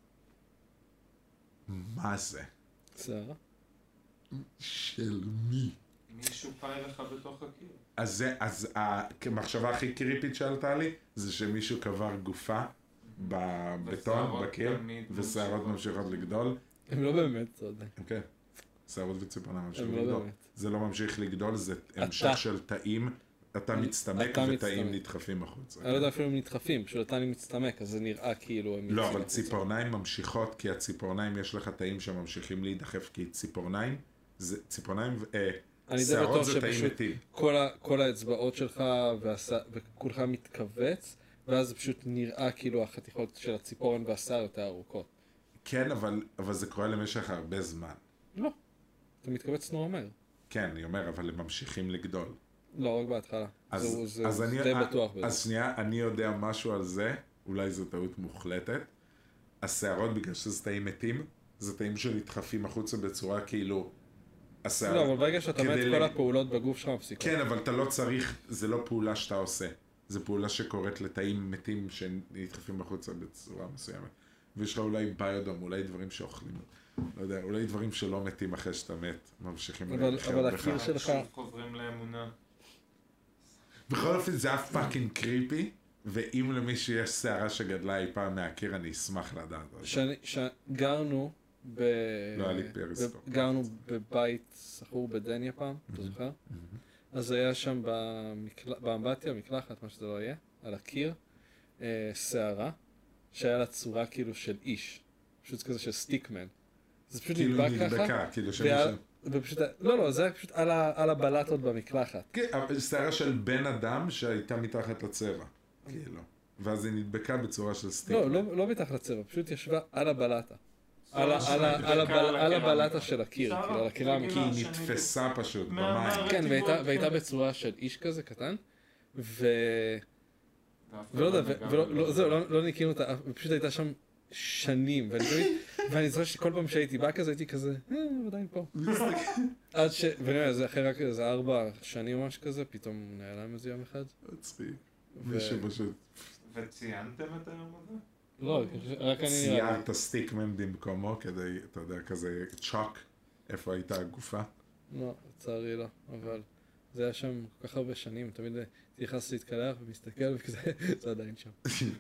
מה זה? שערה? של מי? מישהו פאי לך בתוך הקיר. אז המחשבה הכי קריפית שעלתה לי, זה שמישהו קבר גופה בבטון, בקיר, ושערות ממשיכות לגדול. הם לא באמת, אתה יודע. כן, שערות וציפורניים ממשיכות לגדול. זה לא ממשיך לגדול, זה המשך של תאים, אתה מצטמק ותאים נדחפים החוצה. אני לא יודע אפילו אם נדחפים, פשוט אתה מצטמק, אז זה נראה כאילו הם... לא, אבל ציפורניים ממשיכות, כי הציפורניים יש לך תאים שממשיכים להידחף, כי ציפורניים, שערות זה תאים מתים. כל האצבעות שלך וכולך מתכווץ, ואז זה פשוט נראה כאילו החתיכות של הציפורן והשיער יותר ארוכות. כן, אבל זה קורה למשך הרבה זמן. לא, אתה מתכווץ נורא מהר. כן, אני אומר, אבל הם ממשיכים לגדול. לא, רק בהתחלה. אז זה די בטוח בזה. אז שנייה, אני יודע משהו על זה, אולי זו טעות מוחלטת. השערות, בגלל שזה תאים מתים, זה תאים שנדחפים החוצה בצורה כאילו... לא, אבל ברגע שאתה מת כל הפעולות בגוף שלך מפסיקות. כן, אבל אתה לא צריך, זה לא פעולה שאתה עושה. זה פעולה שקורית לתאים מתים שנדחפים החוצה בצורה מסוימת. ויש לך אולי ביודום, אולי דברים שאוכלים. לא יודע, אולי דברים שלא מתים אחרי שאתה מת, ממשיכים לחיות בך. אבל הקיר שלך... שוב חוזרים לאמונה. בכל אופן זה היה פאקינג קריפי, ואם למישהו יש שערה שגדלה אי פעם מהקיר, אני אשמח לדעת. שגרנו לא היה לי פריסקופ. גרנו בבית סחור בדניה פעם, אתה זוכר? אז היה שם באמבטיה, מקלחת, מה שזה לא יהיה, על הקיר, שערה, שהיה לה צורה כאילו של איש, פשוט כזה של סטיקמן. זה פשוט נדבק ככה. כאילו נדבקה, כאילו שמישהו... ופשוט, לא, זה היה פשוט על הבלטות במקלחת. כן, אבל שערה של בן אדם שהייתה מתחת לצבע, כאילו. ואז היא נדבקה בצורה של סטיקמן. לא מתחת לצבע, פשוט ישבה על הבלטה. על הבלטה של הקיר, כאילו על הקרמיקה. כי היא נתפסה פשוט במים. כן, והייתה בצורה של איש כזה קטן, ולא יודע, לא ניקינו אותה, ופשוט הייתה שם שנים, ואני זוכר שכל פעם שהייתי בא כזה, הייתי כזה, עדיין פה. עד ש... ואני אחרי רק איזה 4 שנים או משהו כזה, פתאום נעלם איזה יום אחד. מצחיק. מישהו פשוט... וציינתם את היום הזה? לא, רק אני נראה לי. ציירת סטיקמן במקומו כדי, אתה יודע, כזה צ'וק, איפה הייתה הגופה? לא, לצערי לא, אבל זה היה שם כל כך הרבה שנים, תמיד נכנס להתקלח ומסתכל וכזה, זה עדיין שם.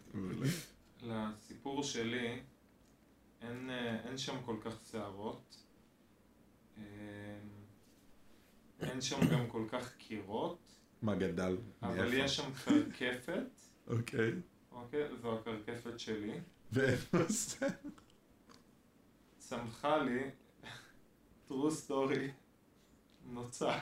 לסיפור שלי, אין שם כל כך שערות, אין שם גם כל כך קירות. מה גדל? אבל יש שם קרקפת. אוקיי. זו הקרקפת שלי. ואיפה זה? צמחה לי, true story, נוצה.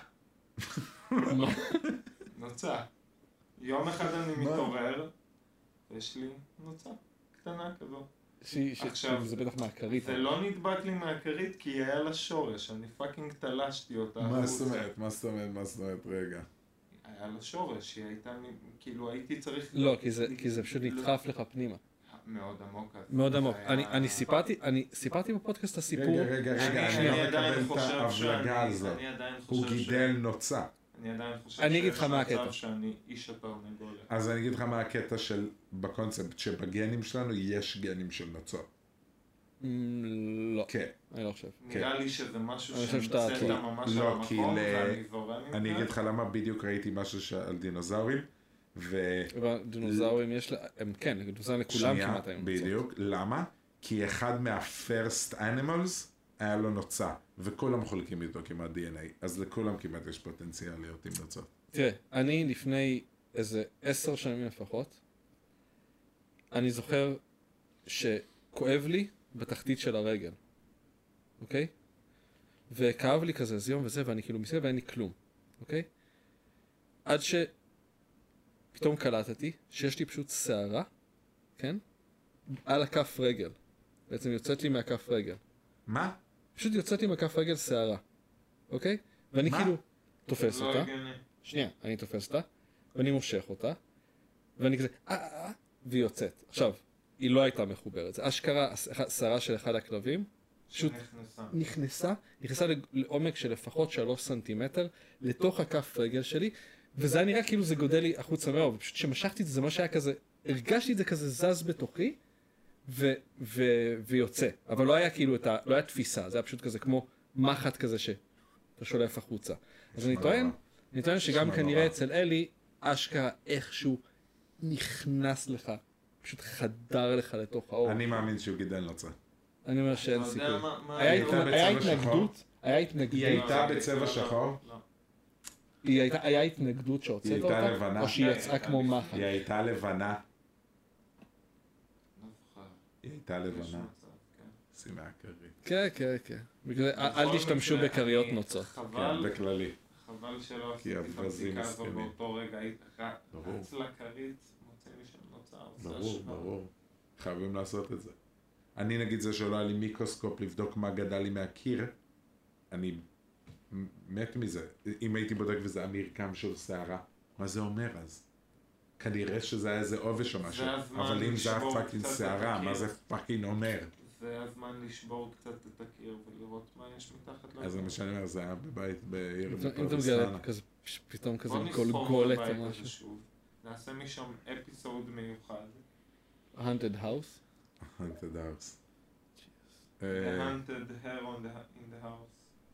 נוצה. יום אחד אני מתעורר, ויש לי נוצה קטנה כזו. עכשיו, זה בטח מהכרית. זה לא נדבק לי מהכרית כי היא היה לה שורש, אני פאקינג תלשתי אותה. מה זאת אומרת, רגע. היה לה שורש, היא הייתה, כאילו הייתי צריך... לא, כי זה פשוט נדחף לך פנימה. מאוד עמוק. מאוד עמוק. אני סיפרתי בפודקאסט הסיפור. רגע, אני לא מקבל את ההבלגה הזאת. הוא גידל נוצה. אני עדיין חושב שיש מצב שאני איש התרנגולת. אז אני אגיד לך מה הקטע של, בקונספט, שבגנים שלנו יש גנים של נוצות. לא. כן. אני לא חושב. נראה לי שזה משהו שנמצאת ממש על המקום, ואני זורם עם זה. אני אגיד לך למה בדיוק ראיתי משהו על דינוזאורים. דינוזאורים יש, כן, דינוזאורים לכולם כמעט היום. בדיוק, למה? כי אחד מה-first animals היה לו נוצה, וכולם חולקים איתו כמעט DNA, אז לכולם כמעט יש פוטנציאל להיות עם נוצות. תראה, אני לפני איזה 10 שנים לפחות, אני זוכר שכואב לי בתחתית של הרגל, אוקיי? וכאב לי כזה זיום וזה, ואני כאילו מסתכל ואין לי כלום, אוקיי? עד שפתאום קלטתי שיש לי פשוט שערה, כן? על הכף רגל. בעצם יוצאת לי מהכף רגל. מה? פשוט יוצאת לי מהכף רגל שערה, אוקיי? ואני כאילו תופס אותה. שנייה, אני תופס אותה, ואני מושך אותה, ואני כזה, והיא יוצאת. עכשיו, היא לא הייתה מחוברת. זה אשכרה שערה של אחד הכלבים, פשוט נכנסה לעומק של לפחות 3 סנטימטר, לתוך הכף רגל שלי, וזה היה נראה כאילו זה גודל לי החוצה מאוד, ופשוט שמשכתי את זה, זה מה שהיה כזה, הרגשתי את זה כזה זז בתוכי, ויוצא. אבל לא היה כאילו, לא היה תפיסה, זה היה פשוט כזה כמו מחט כזה שאתה שולף החוצה. אז אני טוען שגם כנראה אצל אלי, אשכרה איכשהו נכנס לך, פשוט חדר לך לתוך האור. אני מאמין שהוא גידל נוצה. אני אומר שאין סיכוי. היה התנגדות. היא הייתה בצבע שחור? היה התנגדות שהוצאת אותה, או שהיא יצאה כמו מחט? היא הייתה לבנה. היא הייתה לבנה. שימי הכרית. כן. אל תשתמשו בכריות נוצות. כן, בכללי. חבל שלא עשיתי את הבדיקה הזו באותו רגע, רץ לכרית, מוצא לי שם נוצה. ברור. חייבים לעשות את זה. אני נגיד זה שלא היה לי מיקרוסקופ לבדוק מה גדל לי מהקיר, אני מת מזה. אם הייתי בודק וזה המרקם של שערה, מה זה אומר אז? כנראה שזה היה איזה עובש או משהו, אבל אם זה היה פאקינג שערה, מה זה פאקינג אומר? זה הזמן לשבור קצת את הקיר ולראות מה יש מתחת לקיר. אז זה מה שאני אומר, זה היה בבית בעיר אם אתה מגלה פתאום כזה גולגולת או משהו. נעשה משם אפיסוד מיוחד. Haunted House? Haunted House. The haunted hair in the house.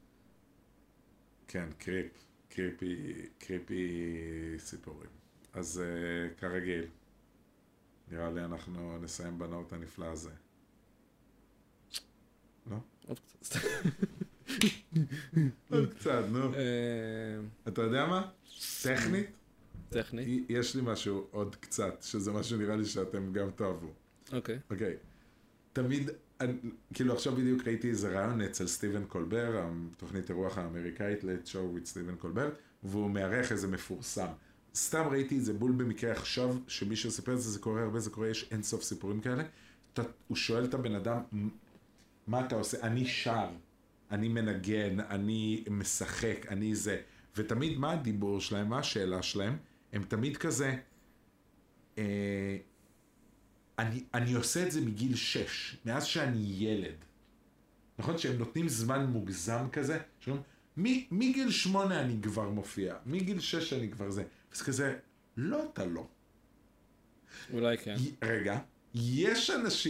כן, קריפי סיפורים. אז כרגיל, נראה לי אנחנו נסיים בנאות הנפלא הזה. לא? עוד קצת. עוד קצת, נו. אתה יודע מה? טכנית? יש לי משהו עוד קצת, שזה משהו נראה לי שאתם גם תאהבו. אוקיי. תמיד, כאילו עכשיו בדיוק ראיתי איזה רעיון אצל סטיבן קולבר, תוכנית אירוח האמריקאית, Late Show with סטיבן קולבר, והוא מארח איזה מפורסם. סתם ראיתי את זה בול במקרה עכשיו, שמישהו סיפר את זה, זה קורה הרבה, זה קורה, יש אינסוף סיפורים כאלה. הוא שואל את הבן אדם, מה אתה עושה? אני שר, אני מנגן, אני משחק, אני זה. ותמיד מה הדיבור שלהם, מה השאלה שלהם? הם תמיד כזה, אני עושה את זה מגיל 6, מאז שאני ילד. נכון? שהם נותנים זמן מוגזם כזה, שאומרים, מגיל 8 אני כבר מופיע, מגיל 6 אני כבר זה. וזה כזה, לא, אתה לא. אולי כן. רגע, יש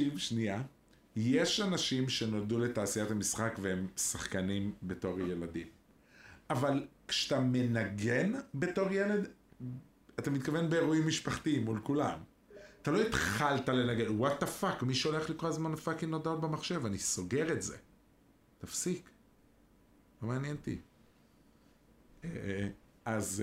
אנשים שנולדו לתעשיית המשחק והם שחקנים בתור ילדים. אבל כשאתה מנגן בתור ילד, אתה מתכוון באירועים משפחתיים מול כולם. אתה לא התחלת לנגן, what the fuck, מי שולח לי כל הזמן פאקינג הודעות במחשב, אני סוגר את זה. תפסיק. לא מעניין אותי. אז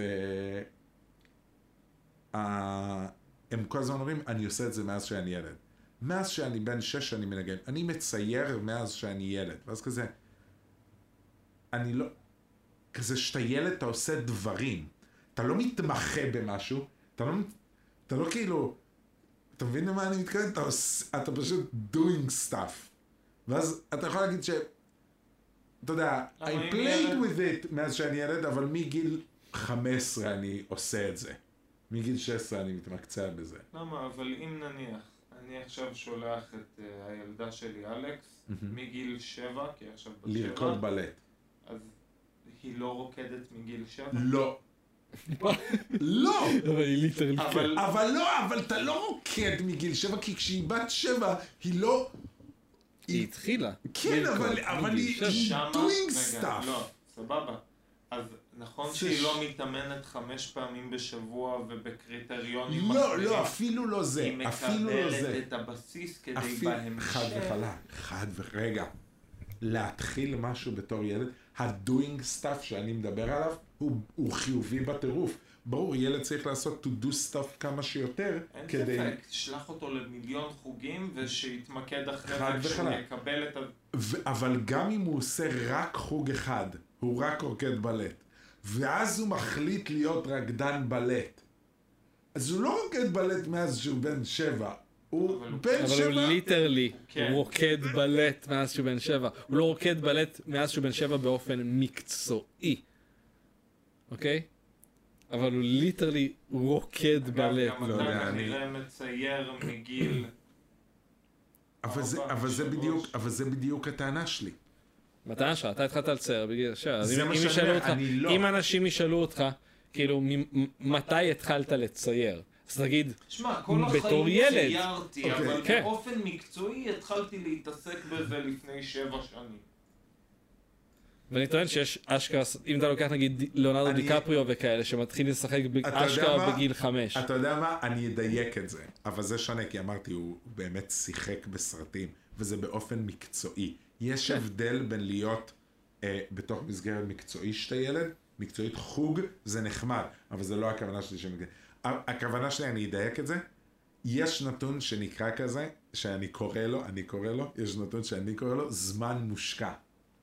הם כל הזמן אומרים, אני עושה את זה מאז שאני ילד. מאז שאני בן 6 אני מנגן. אני מצייר מאז שאני ילד. ואז כזה, אני לא... כזה שאתה ילד אתה עושה דברים. אתה לא מתמחה במשהו. אתה לא כאילו... אתה מבין למה אני מתכוון? אתה פשוט doing stuff. ואז אתה יכול להגיד ש... אתה יודע, I played with it מאז שאני ילד, אבל מגיל 15 אני עושה את זה. מגיל 16 אני מתמקצע בזה. למה? אבל אם נניח, אני עכשיו שולח את הילדה שלי אלכס, מגיל 7, כי עכשיו בת 7. לרקוד בלט. אז היא לא רוקדת מגיל 7? לא. לא! אבל היא ליטרלי כן. אבל אתה לא רוקד מגיל 7, כי כשהיא בת 7, היא לא... היא התחילה. כן, אבל היא doing stuff. לא, סבבה. אז נכון שהיא לא מתאמנת 5 פעמים בשבוע ובקריטריונים אחרים. לא, אפילו לא זה. היא מקבלת את הבסיס כדי בהמשך. חד וחלק. להתחיל משהו בתור ילד, ה-doing stuff שאני מדבר עליו, הוא חיובי בטירוף. ברור, ילד צריך לעשות to do stuff כמה שיותר. אין ספק, תשלח אותו למיליון חוגים ושיתמקד אחרי זה כשהוא יקבל את אבל גם אם הוא עושה רק חוג אחד, הוא רק רוקד בלט, ואז הוא מחליט להיות רקדן בלט, אז הוא לא רוקד בלט מאז שהוא בן 7, הוא בן 7. אבל הוא ליטרלי רוקד בלט מאז שהוא בן 7. הוא לא רוקד בלט מאז שהוא בן 7 באופן מקצועי. אוקיי? אבל הוא ליטרלי רוקד בלט. גם אתה כנראה מצייר מגיל... אבל זה בדיוק הטענה שלי. הטענה שלך, אתה התחלת לצייר בגיל 7. אם אנשים ישאלו אותך, כאילו, מתי התחלת לצייר? אז תגיד, בתור ילד. ציירתי, אבל באופן מקצועי התחלתי להתעסק בזה לפני 7 שנים. ואני טוען שיש אשכרה, אם אתה לוקח נגיד ליאונרדו דיקפריו וכאלה, שמתחיל לשחק אשכרה בגיל 5. אתה יודע מה? אני אדייק את זה. אבל זה שונה, כי אמרתי, הוא באמת שיחק בסרטים, וזה באופן מקצועי. יש הבדל בין להיות בתוך מסגרת מקצועי שאתה ילד, מקצועית חוג, זה נחמד, אבל זה לא הכוונה שלי שמגן. הכוונה שלי, אני אדייק את זה, יש נתון שנקרא כזה, שאני קורא לו, יש נתון שאני קורא לו, זמן מושקע.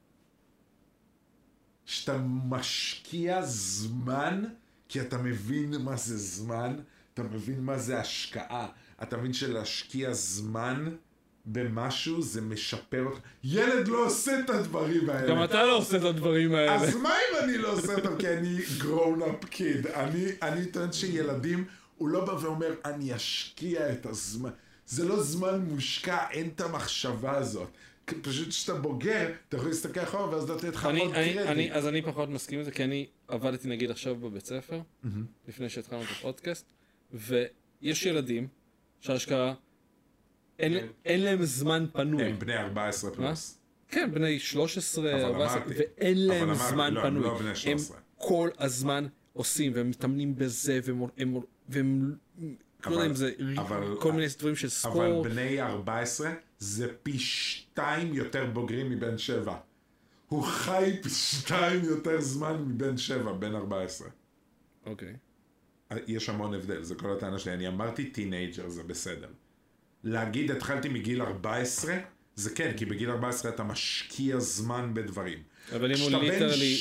שאתה משקיע זמן, כי אתה מבין מה זה זמן, אתה מבין מה זה השקעה, אתה מבין שלהשקיע זמן במשהו זה משפר אותך. ילד לא עושה את הדברים האלה. גם אתה לא עושה את הדברים האלה. אז מה אם אני לא עושה אותם? כי אני grown up kid. אני טוען שילדים, הוא לא בא ואומר, אני אשקיע את הזמן. זה לא זמן מושקע, אין את המחשבה הזאת. פשוט שאתה בוגר, אתה יכול להסתכל אחורה ואז לתת לך עוד קרדיט. אז אני פחות מסכים עם זה, כי אני עבדתי נגיד עכשיו בבית ספר, לפני שהתחלנו את הפודקאסט, ויש ילדים שהשקעה, אין להם זמן פנוי. הם בני 14 פלוס. כן, בני 13, 14, ואין להם זמן פנוי. הם כל הזמן עושים, והם מתאמנים בזה, והם לא יודע אם זה כל מיני דברים של ספורט. אבל בני 14 זה פי 2 יותר בוגרים מבן 7. הוא חי פי 2 יותר זמן מבן 7, בן 14. אוקיי. יש המון הבדל, זה כל הטענה שלי. אני אמרתי טינאג'ר, זה בסדר. להגיד התחלתי מגיל 14, זה כן, כי בגיל 14 אתה משקיע זמן בדברים. אבל אם הוא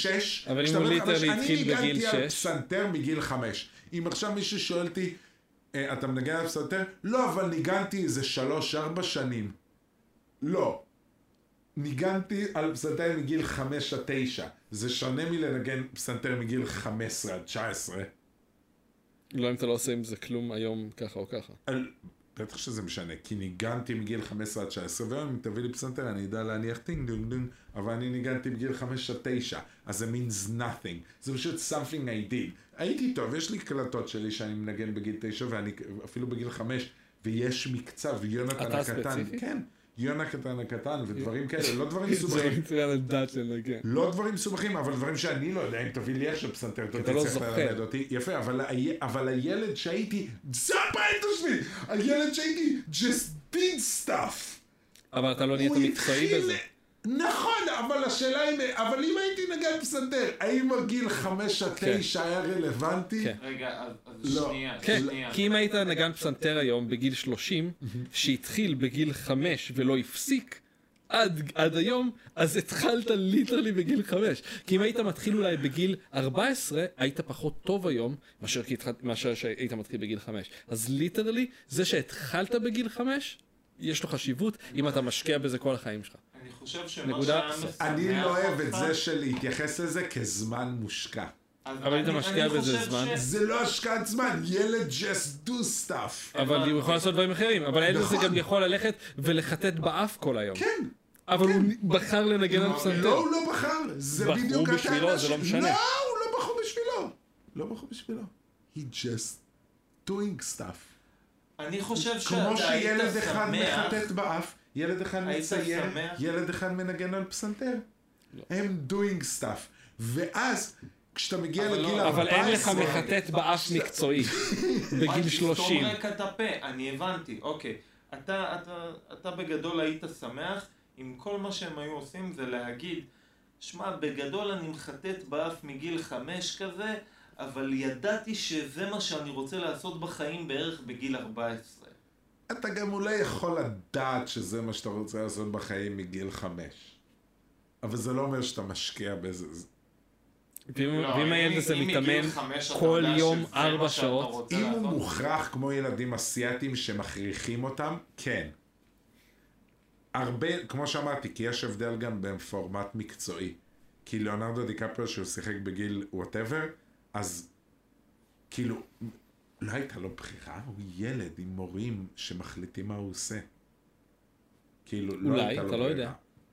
ליטרלי התחיל בגיל 6. אני ניגנתי על פסנתר מגיל 5. אם עכשיו מישהו שואל אותי, אתה מנגן על פסנתר? לא, אבל ניגנתי איזה 3-4 שנים. לא. ניגנתי על פסנתר מגיל 5 עד 9. זה שונה מלנגן פסנתר מגיל 15 עד 19. לא אם אתה לא עושה עם זה כלום היום ככה או ככה. בטח שזה משנה, כי ניגנתי מגיל 15 עד 19, והיום אם תביא לי פסנתר אני יודע להניח טינג דונג דונג, אבל אני ניגנתי בגיל 5 עד 9, אז זה means nothing, זה פשוט something I did. הייתי טוב, יש לי קלטות שלי שאני מנגן בגיל 9, ואני אפילו בגיל 5, ויש מקצב, יונתן הקטן, כן, יונתן הקטן ודברים כאלה, לא דברים מסובכים. זה מצוין לדעת לנגן. לא דברים מסובכים, אבל דברים שאני לא יודע, אם תביא לי עכשיו פסנתר, אתה לא צריך ללמד אותי. יפה, אבל הילד שהייתי, זה הפרייטו שלי, הילד שהייתי, just did stuff. אבל אתה לא נהיית מקצועי בזה. נכון, אבל השאלה היא, אבל אם הייתי נגן פסנתר, האם הגיל 5 עד 9 היה רלוונטי? רגע, אז שנייה. כן, כי אם היית נגן פסנתר היום בגיל 30, שהתחיל בגיל 5 ולא הפסיק, עד היום, אז התחלת ליטרלי בגיל 5. כי אם היית מתחיל אולי בגיל 14, היית פחות טוב היום, מאשר שהיית מתחיל בגיל 5. אז ליטרלי, זה שהתחלת בגיל 5, יש לו חשיבות אם אתה משקיע בזה כל החיים שלך. אני חושב שמה שהיה משמח... אני לא אוהב את זה של להתייחס לזה כזמן מושקע. אבל אם אתה משקיע בזה זמן... זה לא השקעת זמן, ילד just do stuff. אבל הוא יכול לעשות דברים אחרים, אבל הילד הזה גם יכול ללכת ולחטט באף כל היום. כן. אבל הוא בחר לנגן על פסנתר. לא, הוא לא בחר. זה בדיוק בשבילו, זה לא משנה. לא, הוא לא בחר בשבילו. לא בחר בשבילו. He just doing stuff. אני חושב כמו שילד אחד מחטט באף, ילד אחד מצייר, ילד אחד מנגן על פסנתר. הם doing stuff. ואז, כשאתה מגיע לגיל 14... אבל אין לך מחטט באף מקצועי, בגיל 30. סתום רק את הפה, אני הבנתי, אוקיי. אתה בגדול היית שמח, אם כל מה שהם היו עושים זה להגיד, שמע, בגדול אני מחטט באף מגיל 5 כזה, אבל ידעתי שזה מה שאני רוצה לעשות בחיים בערך בגיל 14. אתה גם אולי יכול לדעת שזה מה שאתה רוצה לעשות בחיים מגיל 5. אבל זה לא אומר שאתה משקיע בזה. ואם הילד הזה מתאמן כל יום 4 שעות? אם הוא מוכרח כמו ילדים אסיאטים שמכריחים אותם, כן. הרבה, כמו שאמרתי, כי יש הבדל גם בפורמט מקצועי. כי ליאונרדו דיקפריו שהוא שיחק בגיל whatever, אז כאילו, לא הייתה לו בחירה, הוא ילד עם מורים שמחליטים מה הוא עושה. כאילו, לא הייתה לו בחירה. אולי, אתה לא יודע.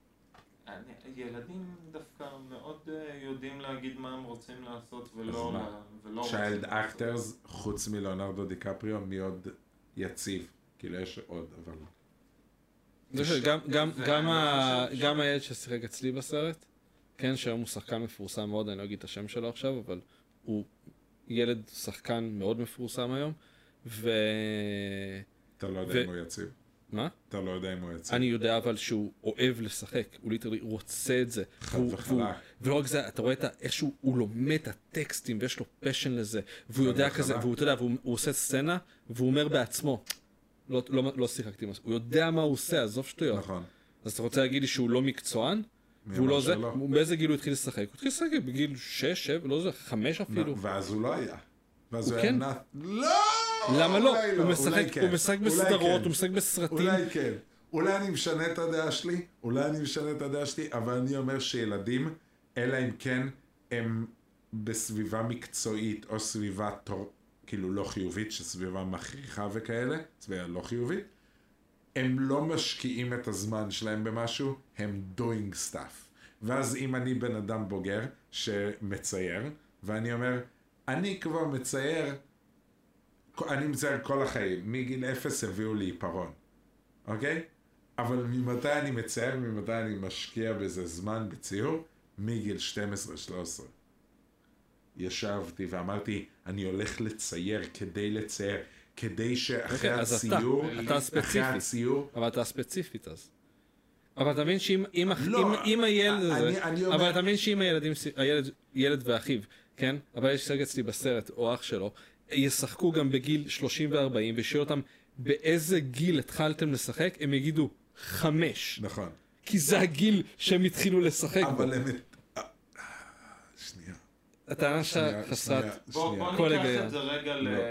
ילדים דווקא מאוד יודעים להגיד מה הם רוצים לעשות ולא צ'יילד אקטרס, חוץ מליאונרדו דיקפריו, מי עוד יציב. כאילו, יש עוד, אבל... גם הילד ששיחק אצלי בסרט, כן, שהיום הוא שחקן מפורסם מאוד, אני לא אגיד את השם שלו עכשיו, אבל הוא ילד שחקן מאוד מפורסם היום, אתה לא יודע אם הוא יציב. מה? אתה לא יודע אם הוא יציב. אני יודע אבל שהוא אוהב לשחק, הוא ליטרלי רוצה את זה. חד וחלק. ולא רק זה, אתה רואה איכשהו הוא לומד את הטקסטים ויש לו פשן לזה, והוא יודע כזה, והוא יודע, והוא עושה סצנה, והוא אומר בעצמו, לא שיחקתי, הוא יודע מה הוא עושה, עזוב שטויות. נכון. אז אתה רוצה להגיד לי שהוא לא מקצוען? והוא לא זה, באיזה גיל הוא התחיל לשחק? הוא התחיל לשחק בגיל 6, 7, לא זה, 5 אפילו. ואז הוא לא היה. הוא כן? לא! למה לא? הוא משחק בסדרות, הוא משחק בסרטים. אולי כן. אולי אני משנה את הדעה שלי, אבל אני אומר שילדים, אלא אם כן, הם בסביבה מקצועית או סביבה כאילו לא חיובית, שסביבה מכריחה וכאלה, סביבה לא חיובית, הם לא משקיעים את הזמן שלהם במשהו, הם doing stuff. ואז אם אני בן אדם בוגר שמצייר, ואני אומר, אני כבר מצייר, אני מצייר כל החיים, מגיל 0 הביאו לי עיפרון, אוקיי? אבל ממתי אני מצייר, ממתי אני משקיע בזה זמן בציור? מגיל 12-13. ישבתי ואמרתי, אני הולך לצייר כדי לצייר, כדי שאחרי הציור, אחרי הציור... אבל אתה ספציפית אז. אבל אתה מבין שאם הילד הזה, אבל אתה מבין שאם הילד ואחיו, כן? אבל יש סרט אצלי בסרט, או אח שלו, ישחקו גם בגיל 30 ו-40, ושאל אותם באיזה גיל התחלתם לשחק, הם יגידו 5. נכון. כי זה הגיל שהם התחילו לשחק בו. אבל הם... שנייה. הטענה שחסרת בוא ניקח את זה רגע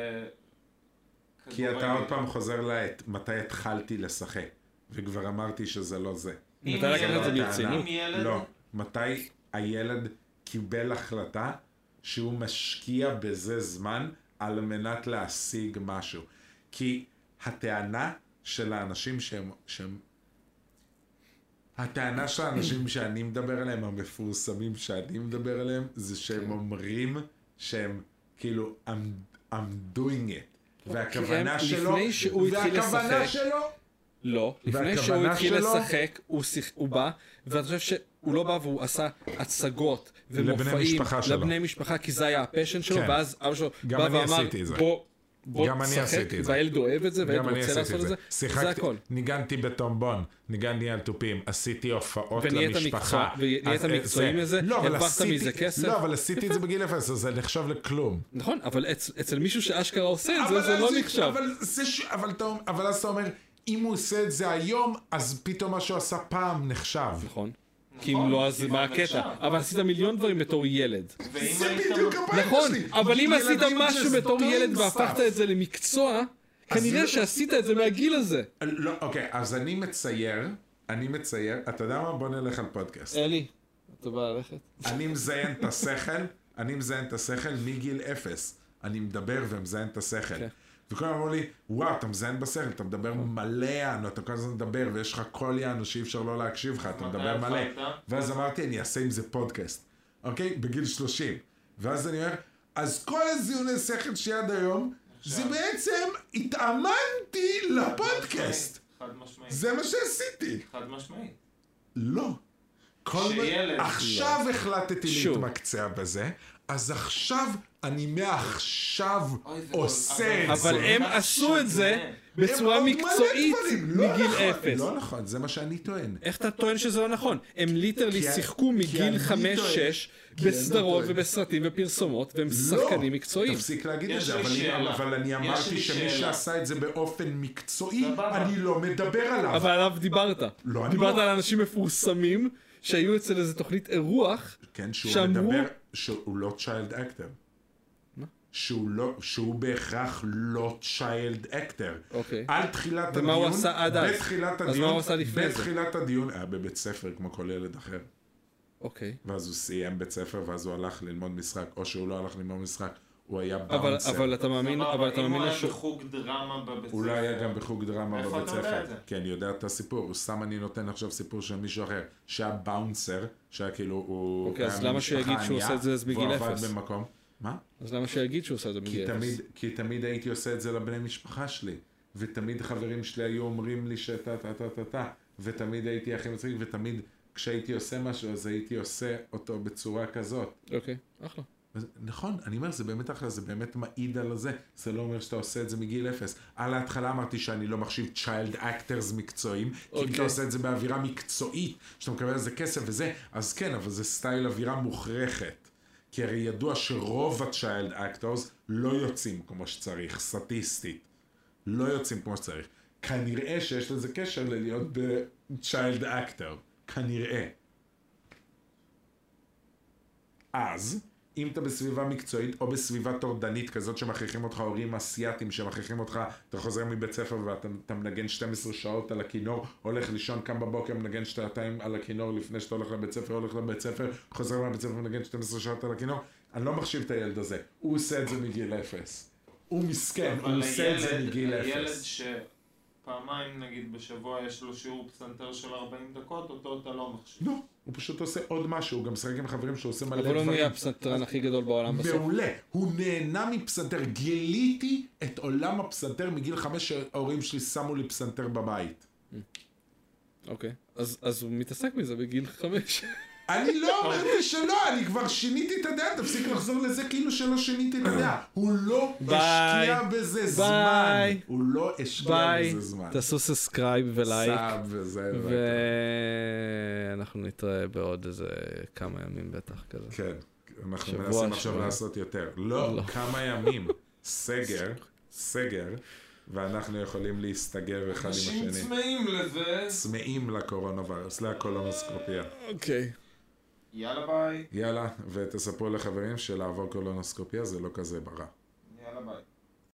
כי אתה עוד פעם חוזר מתי התחלתי לשחק, וכבר אמרתי שזה לא זה. מתי לקחת את זה ברצינות? לא, מתי הילד קיבל החלטה שהוא משקיע בזה זמן על מנת להשיג משהו. כי הטענה של האנשים הטענה של האנשים שאני מדבר עליהם, המפורסמים שאני מדבר עליהם, זה שהם אומרים שהם כאילו I'm doing it. והכוונה שלו, לא, לפני שהוא התחיל לשחק, הוא בא, ואתה חושב שהוא לא בא והוא עשה הצגות ומופעים לבני משפחה, כי זה היה הפשן שלו, ואז אבא שלו בא ואמר, בוא תשחק, והילד אוהב את זה, והילד רוצה לעשות את זה, זה הכל. ניגנתי בטומבון, ניגנתי על תופים, עשיתי הופעות למשפחה. ונהיית מקצועי מזה, הרווחת מזה כסף. לא, אבל עשיתי את זה בגיל 0, אז זה נחשב לכלום. נכון, אבל אצל מישהו שאשכרה עושה את זה, זה לא נחשב. אבל אז אתה אומר, אם הוא עושה את זה היום, אז פתאום מה שהוא עשה פעם נחשב. נכון. כי אם לא, אז מה הקטע? אבל עשית מיליון דברים בתור ילד. זה בדיוק הפעם נכון, שלי. אבל אם עשית משהו בתור ילד והפכת את זה למקצוע, כנראה שעשית את זה מהגיל הזה. לא, אוקיי, אז אני מצייר, אתה יודע מה? בוא נלך על פודקאסט. אלי, אתה בא ללכת? אני מזיין את השכל מגיל 0. אני מדבר ומזיין את השכל. וכולם אמרו לי, וואו, אתה מזיין בשכל, אתה מדבר מלא יענו, אתה כל הזמן מדבר, ויש לך כל יענו שאי אפשר לא להקשיב לך, אתה מדבר מלא. ואז אמרתי, אני אעשה עם זה פודקאסט, אוקיי? בגיל 30. ואז אני אומר, אז כל הזיוני שכל שעד היום, זה בעצם התאמנתי לפודקאסט. חד משמעית. זה מה שעשיתי. חד משמעית. לא. עכשיו החלטתי להתמקצע בזה, אז עכשיו אני מעכשיו עושה את זה. אבל הם עשו את זה בצורה מקצועית מגיל 0. לא נכון, זה מה שאני טוען. איך אתה טוען שזה לא נכון? הם ליטרלי שיחקו מגיל 5-6 בסדרות ובסרטים ופרסומות, והם שחקנים מקצועיים. תפסיק להגיד את זה, אבל אני אמרתי שמי שעשה את זה באופן מקצועי, אני לא מדבר עליו. אבל עליו דיברת. דיברת על אנשים מפורסמים שהיו אצל איזו תוכנית אירוח, כן, שהוא מדבר, שהוא לא צ'יילד אקטר. מה? שהוא בהכרח לא צ'יילד אקטר. אוקיי. על תחילת הדיון, ומה הוא עשה עד אז? אז מה הוא עשה לפני זה? בתחילת הדיון היה בבית ספר כמו כל ילד אחר. אוקיי. ואז הוא סיים בית ספר, ואז הוא הלך ללמוד משחק, או שהוא לא הלך ללמוד משחק. הוא היה באונסר. אבל אתה מאמין, אם הוא היה בחוג דרמה בבית ספר. אולי היה גם בחוג דרמה בבית ספר. איפה אתה יודע את זה? כן, אני יודע את הסיפור. סתם אני נותן עכשיו סיפור של מישהו אחר. שהיה באונסר, שהיה כאילו הוא... אוקיי, אז למה שיגיד שהוא עושה את זה בגיל 0? והוא עבד במקום. מה? אז למה שיגיד שהוא עושה את זה בגיל 0? כי תמיד הייתי עושה את זה לבני משפחה שלי. ותמיד חברים שלי היו אומרים לי ותמיד הייתי הכי מצחיק, ותמיד כשהייתי עושה משהו, אז הייתי עושה אותו בצורה כזאת. אוקיי, אחלה. נכון, אני אומר, זה באמת אחלה, זה באמת מעיד על זה. זה לא אומר שאתה עושה את זה מגיל 0. על ההתחלה אמרתי שאני לא מחשיב צ'יילד אקטרס מקצועיים, כי אם אתה עושה את זה באווירה מקצועית, שאתה מקבל על זה כסף וזה, אז כן, אבל זה סטייל אווירה מוכרחת. כי הרי ידוע שרוב הצ'יילד אקטורס לא יוצאים כמו שצריך, סטטיסטית. לא יוצאים כמו שצריך. כנראה שיש לזה קשר ללהיות בצ'יילד אקטור. כנראה. אז... אם אתה בסביבה מקצועית או בסביבה טורדנית כזאת שמכריחים אותך, הורים אסייתים שמכריחים אותך, אתה חוזר מבית ספר ואתה מנגן 12 שעות על הכינור, הולך לישון, קם בבוקר, מנגן 2 על הכינור לפני שאתה הולך לבית ספר, הולך לבית ספר, חוזר מהבית ספר, מנגן 12 שעות על הכינור, אני לא מחשיב את הילד הזה, הוא עושה את זה מגיל 0. הוא מסכן, הוא עושה את זה מגיל 0. הילד שפעמיים נגיד בשבוע יש לו שיעור פסנתר של 40 דקות, אותו אתה לא מחשיב. לא. הוא פשוט עושה עוד משהו, הוא גם משחק עם חברים שהוא עושה מלא דברים. אבל הוא נהיה הפסנתרן הכי גדול בעולם בסוף. מעולה, הוא נהנה מפסנתר. גיליתי את עולם הפסנתר מגיל 5 שההורים שלי שמו לי פסנתר בבית. אוקיי, אז הוא מתעסק בזה בגיל 5. אני לא אמרתי שלא, אני כבר שיניתי את הדעה, תפסיק לחזור לזה כאילו שלא שיניתי את הדעה. הוא לא השקיע בזה זמן. הוא לא השקיע בזה זמן. תעשו סאבסקרייב ולייק. סאב וזה. ואנחנו נתראה בעוד איזה כמה ימים בטח כזה. כן, אנחנו מנסים עכשיו לעשות יותר. לא, כמה ימים. סגר, ואנחנו יכולים להסתגר אחד עם השני. אנשים צמאים לזה. צמאים לקורונווירוס, לקולונוסקופיה. אוקיי. יאללה ביי. יאללה, ותספרו לחברים שלעבור קולונוסקופיה זה לא כזה ברע. יאללה ביי.